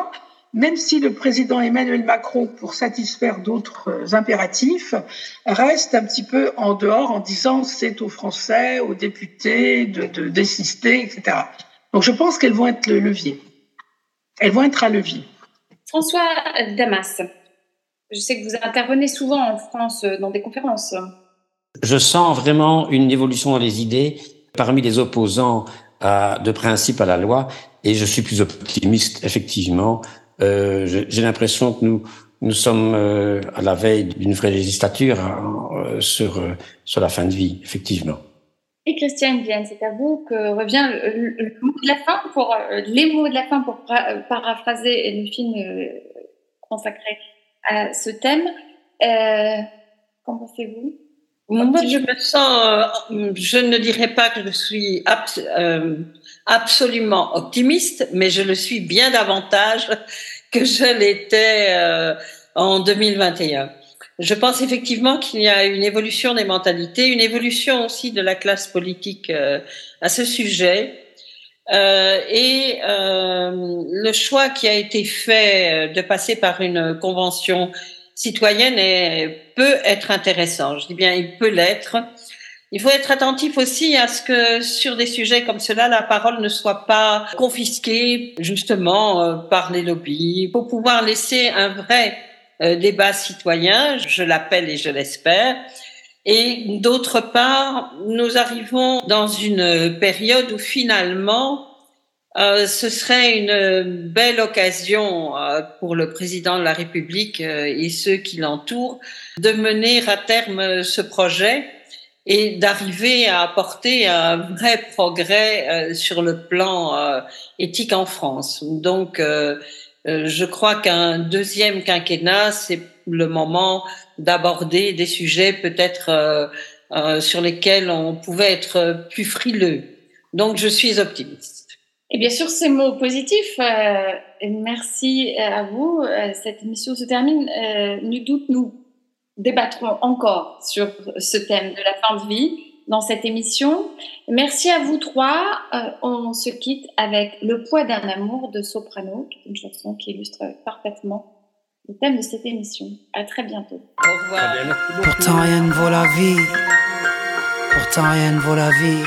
même si le président Emmanuel Macron, pour satisfaire d'autres impératifs, reste un petit peu en dehors en disant c'est aux Français, aux députés de d'insister, etc. Donc je pense qu'elles vont être le levier. Elles vont être un levier. François Damas, je sais que vous intervenez souvent en France dans des conférences. Je sens vraiment une évolution dans les idées parmi les opposants de principe à la loi, et je suis plus optimiste, effectivement. J'ai l'impression que nous sommes à la veille d'une vraie législature sur la fin de vie, effectivement. Et Christiane Vienne, c'est à vous que revient le mot de la fin les mots de la fin pour paraphraser le film consacré à ce thème. Qu'en pensez-vous? Moi, je me sens, je ne dirais pas que je suis absolument optimiste, mais je le suis bien davantage que je l'étais en 2021. Je pense effectivement qu'il y a une évolution des mentalités, une évolution aussi de la classe politique à ce sujet. Et le choix qui a été fait de passer par une convention citoyenne peut être intéressant. Je dis bien, il peut l'être. Il faut être attentif aussi à ce que sur des sujets comme cela, la parole ne soit pas confisquée justement par les lobbies. Il faut pouvoir laisser un vrai débat citoyen, je l'appelle et je l'espère. Et d'autre part, nous arrivons dans une période où finalement, ce serait une belle occasion pour le président de la République et ceux qui l'entourent de mener à terme ce projet et d'arriver à apporter un vrai progrès sur le plan éthique en France. Donc, je crois qu'un deuxième quinquennat, c'est le moment d'aborder des sujets peut-être sur lesquels on pouvait être plus frileux. Donc, je suis optimiste. Et bien sûr, ces mots positifs, merci à vous. Cette émission se termine. Nul doute, nous débattrons encore sur ce thème de la fin de vie dans cette émission. Merci à vous trois. On se quitte avec Le poids d'un amour de Soprano, qui est une chanson qui illustre parfaitement le thème de cette émission. À très bientôt. Au revoir. Pourtant rien ne vaut la vie. Pourtant rien ne vaut la vie.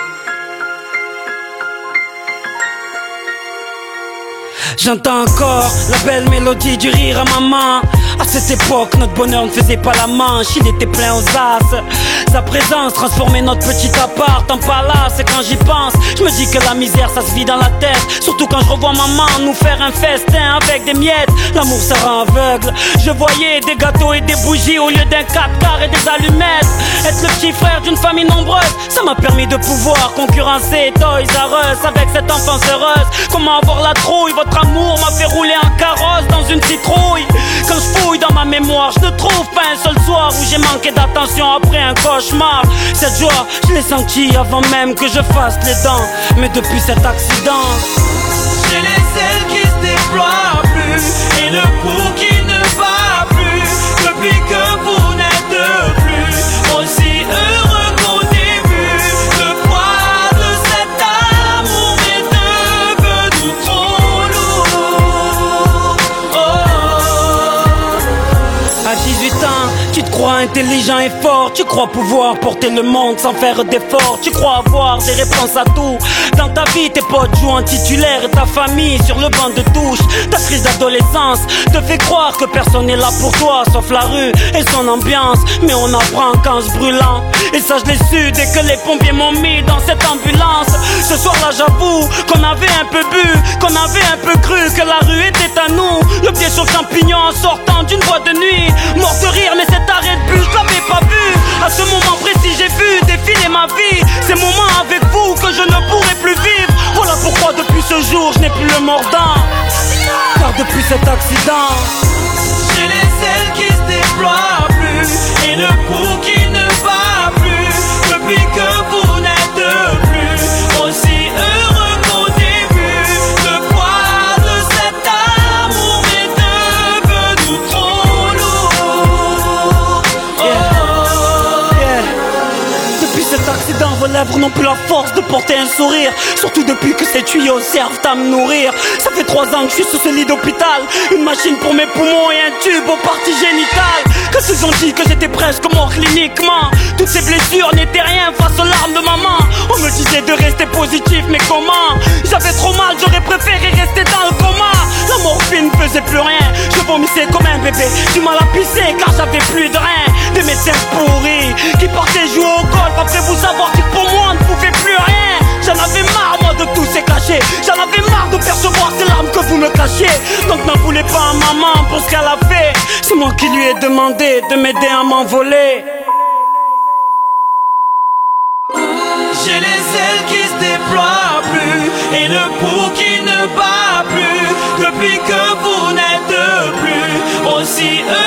J'entends encore la belle mélodie du rire à maman. À cette époque, notre bonheur ne faisait pas la manche, il était plein aux as. Sa présence transformait notre petit appart en palace. Et quand j'y pense, je me dis que la misère ça se vit dans la tête. Surtout quand je revois maman nous faire un festin avec des miettes. L'amour ça rend aveugle. Je voyais des gâteaux et des bougies au lieu d'un 4x et des allumettes. Être le petit frère d'une famille nombreuse, ça m'a permis de pouvoir concurrencer Toys R Us avec cette enfance heureuse. Comment avoir la trouille, votre amour m'a fait rouler en carrosse dans une citrouille. Quand je fouille dans ma mémoire, je ne trouve pas un seul soir où j'ai manqué d'attention après un cauchemar. Cette joie, je l'ai sentie avant même que je fasse les dents. Mais depuis cet accident, j'ai les ailes qui se déploient plus et le pouls qui ne bat plus. Depuis que vous n'êtes plus aussi heureux qu'au début, le poids de cet amour est devenu trop lourd. à 18 ans, tu te crois intelligent et fort. Tu crois pouvoir porter le monde sans faire d'efforts. Tu crois avoir des réponses à tout. Dans ta vie, tes potes jouent en titulaire et ta famille sur le banc de touche. Ta crise d'adolescence te fait croire que personne n'est là pour toi sauf la rue et son ambiance. Mais on apprend qu'en se brûlant. Et ça je l'ai su dès que les pompiers m'ont mis dans cette ambulance. Ce soir-là j'avoue qu'on avait un peu bu, qu'on avait un peu cru que la rue était à nous. Le pied sur le champignon en sortant d'une boîte de nuit. Mort de rire mais cet arrêt de bus je l'avais pas vu. À ce moment précis j'ai vu défiler ma vie. Ces moments avec vous que je ne pourrai plus vivre. Voilà pourquoi depuis ce jour je n'ai plus le mordant. Car depuis cet accident, j'ai les ailes qui se déploient plus et le pouls qui ne bat plus. Depuis que vous n'êtes plus aussi heureux qu'au début, le poids de cet amour est devenu trop lourd. Depuis cet accident, voilà lèvres n'ont plus la force de porter un sourire. Surtout depuis que ces tuyaux servent à me nourrir. Ça fait 3 ans que je suis sur ce lit d'hôpital. Une machine pour mes poumons et un tube aux parties génitales. Que s'ils ont dit que j'étais presque mort cliniquement. Toutes ces blessures n'étaient rien face aux larmes de maman. On me disait de rester positif, mais comment? J'avais trop mal, j'aurais préféré rester dans le coma. La morphine faisait plus rien, je vomissais comme un bébé. Du mal à pisser car j'avais plus de reins. Des médecins pourris qui partaient jouer au golf après vous avoir dit que pour moi on ne pouvait plus rien. J'en avais marre moi de tous ces cachets. J'en avais marre de percevoir ces larmes que vous me cachez. Donc n'en voulez pas à maman pour ce qu'elle a fait. C'est moi qui lui ai demandé de m'aider à m'envoler. J'ai les ailes qui se déploient plus et le pouls qui ne bat plus. Depuis que vous n'êtes plus aussi heureux.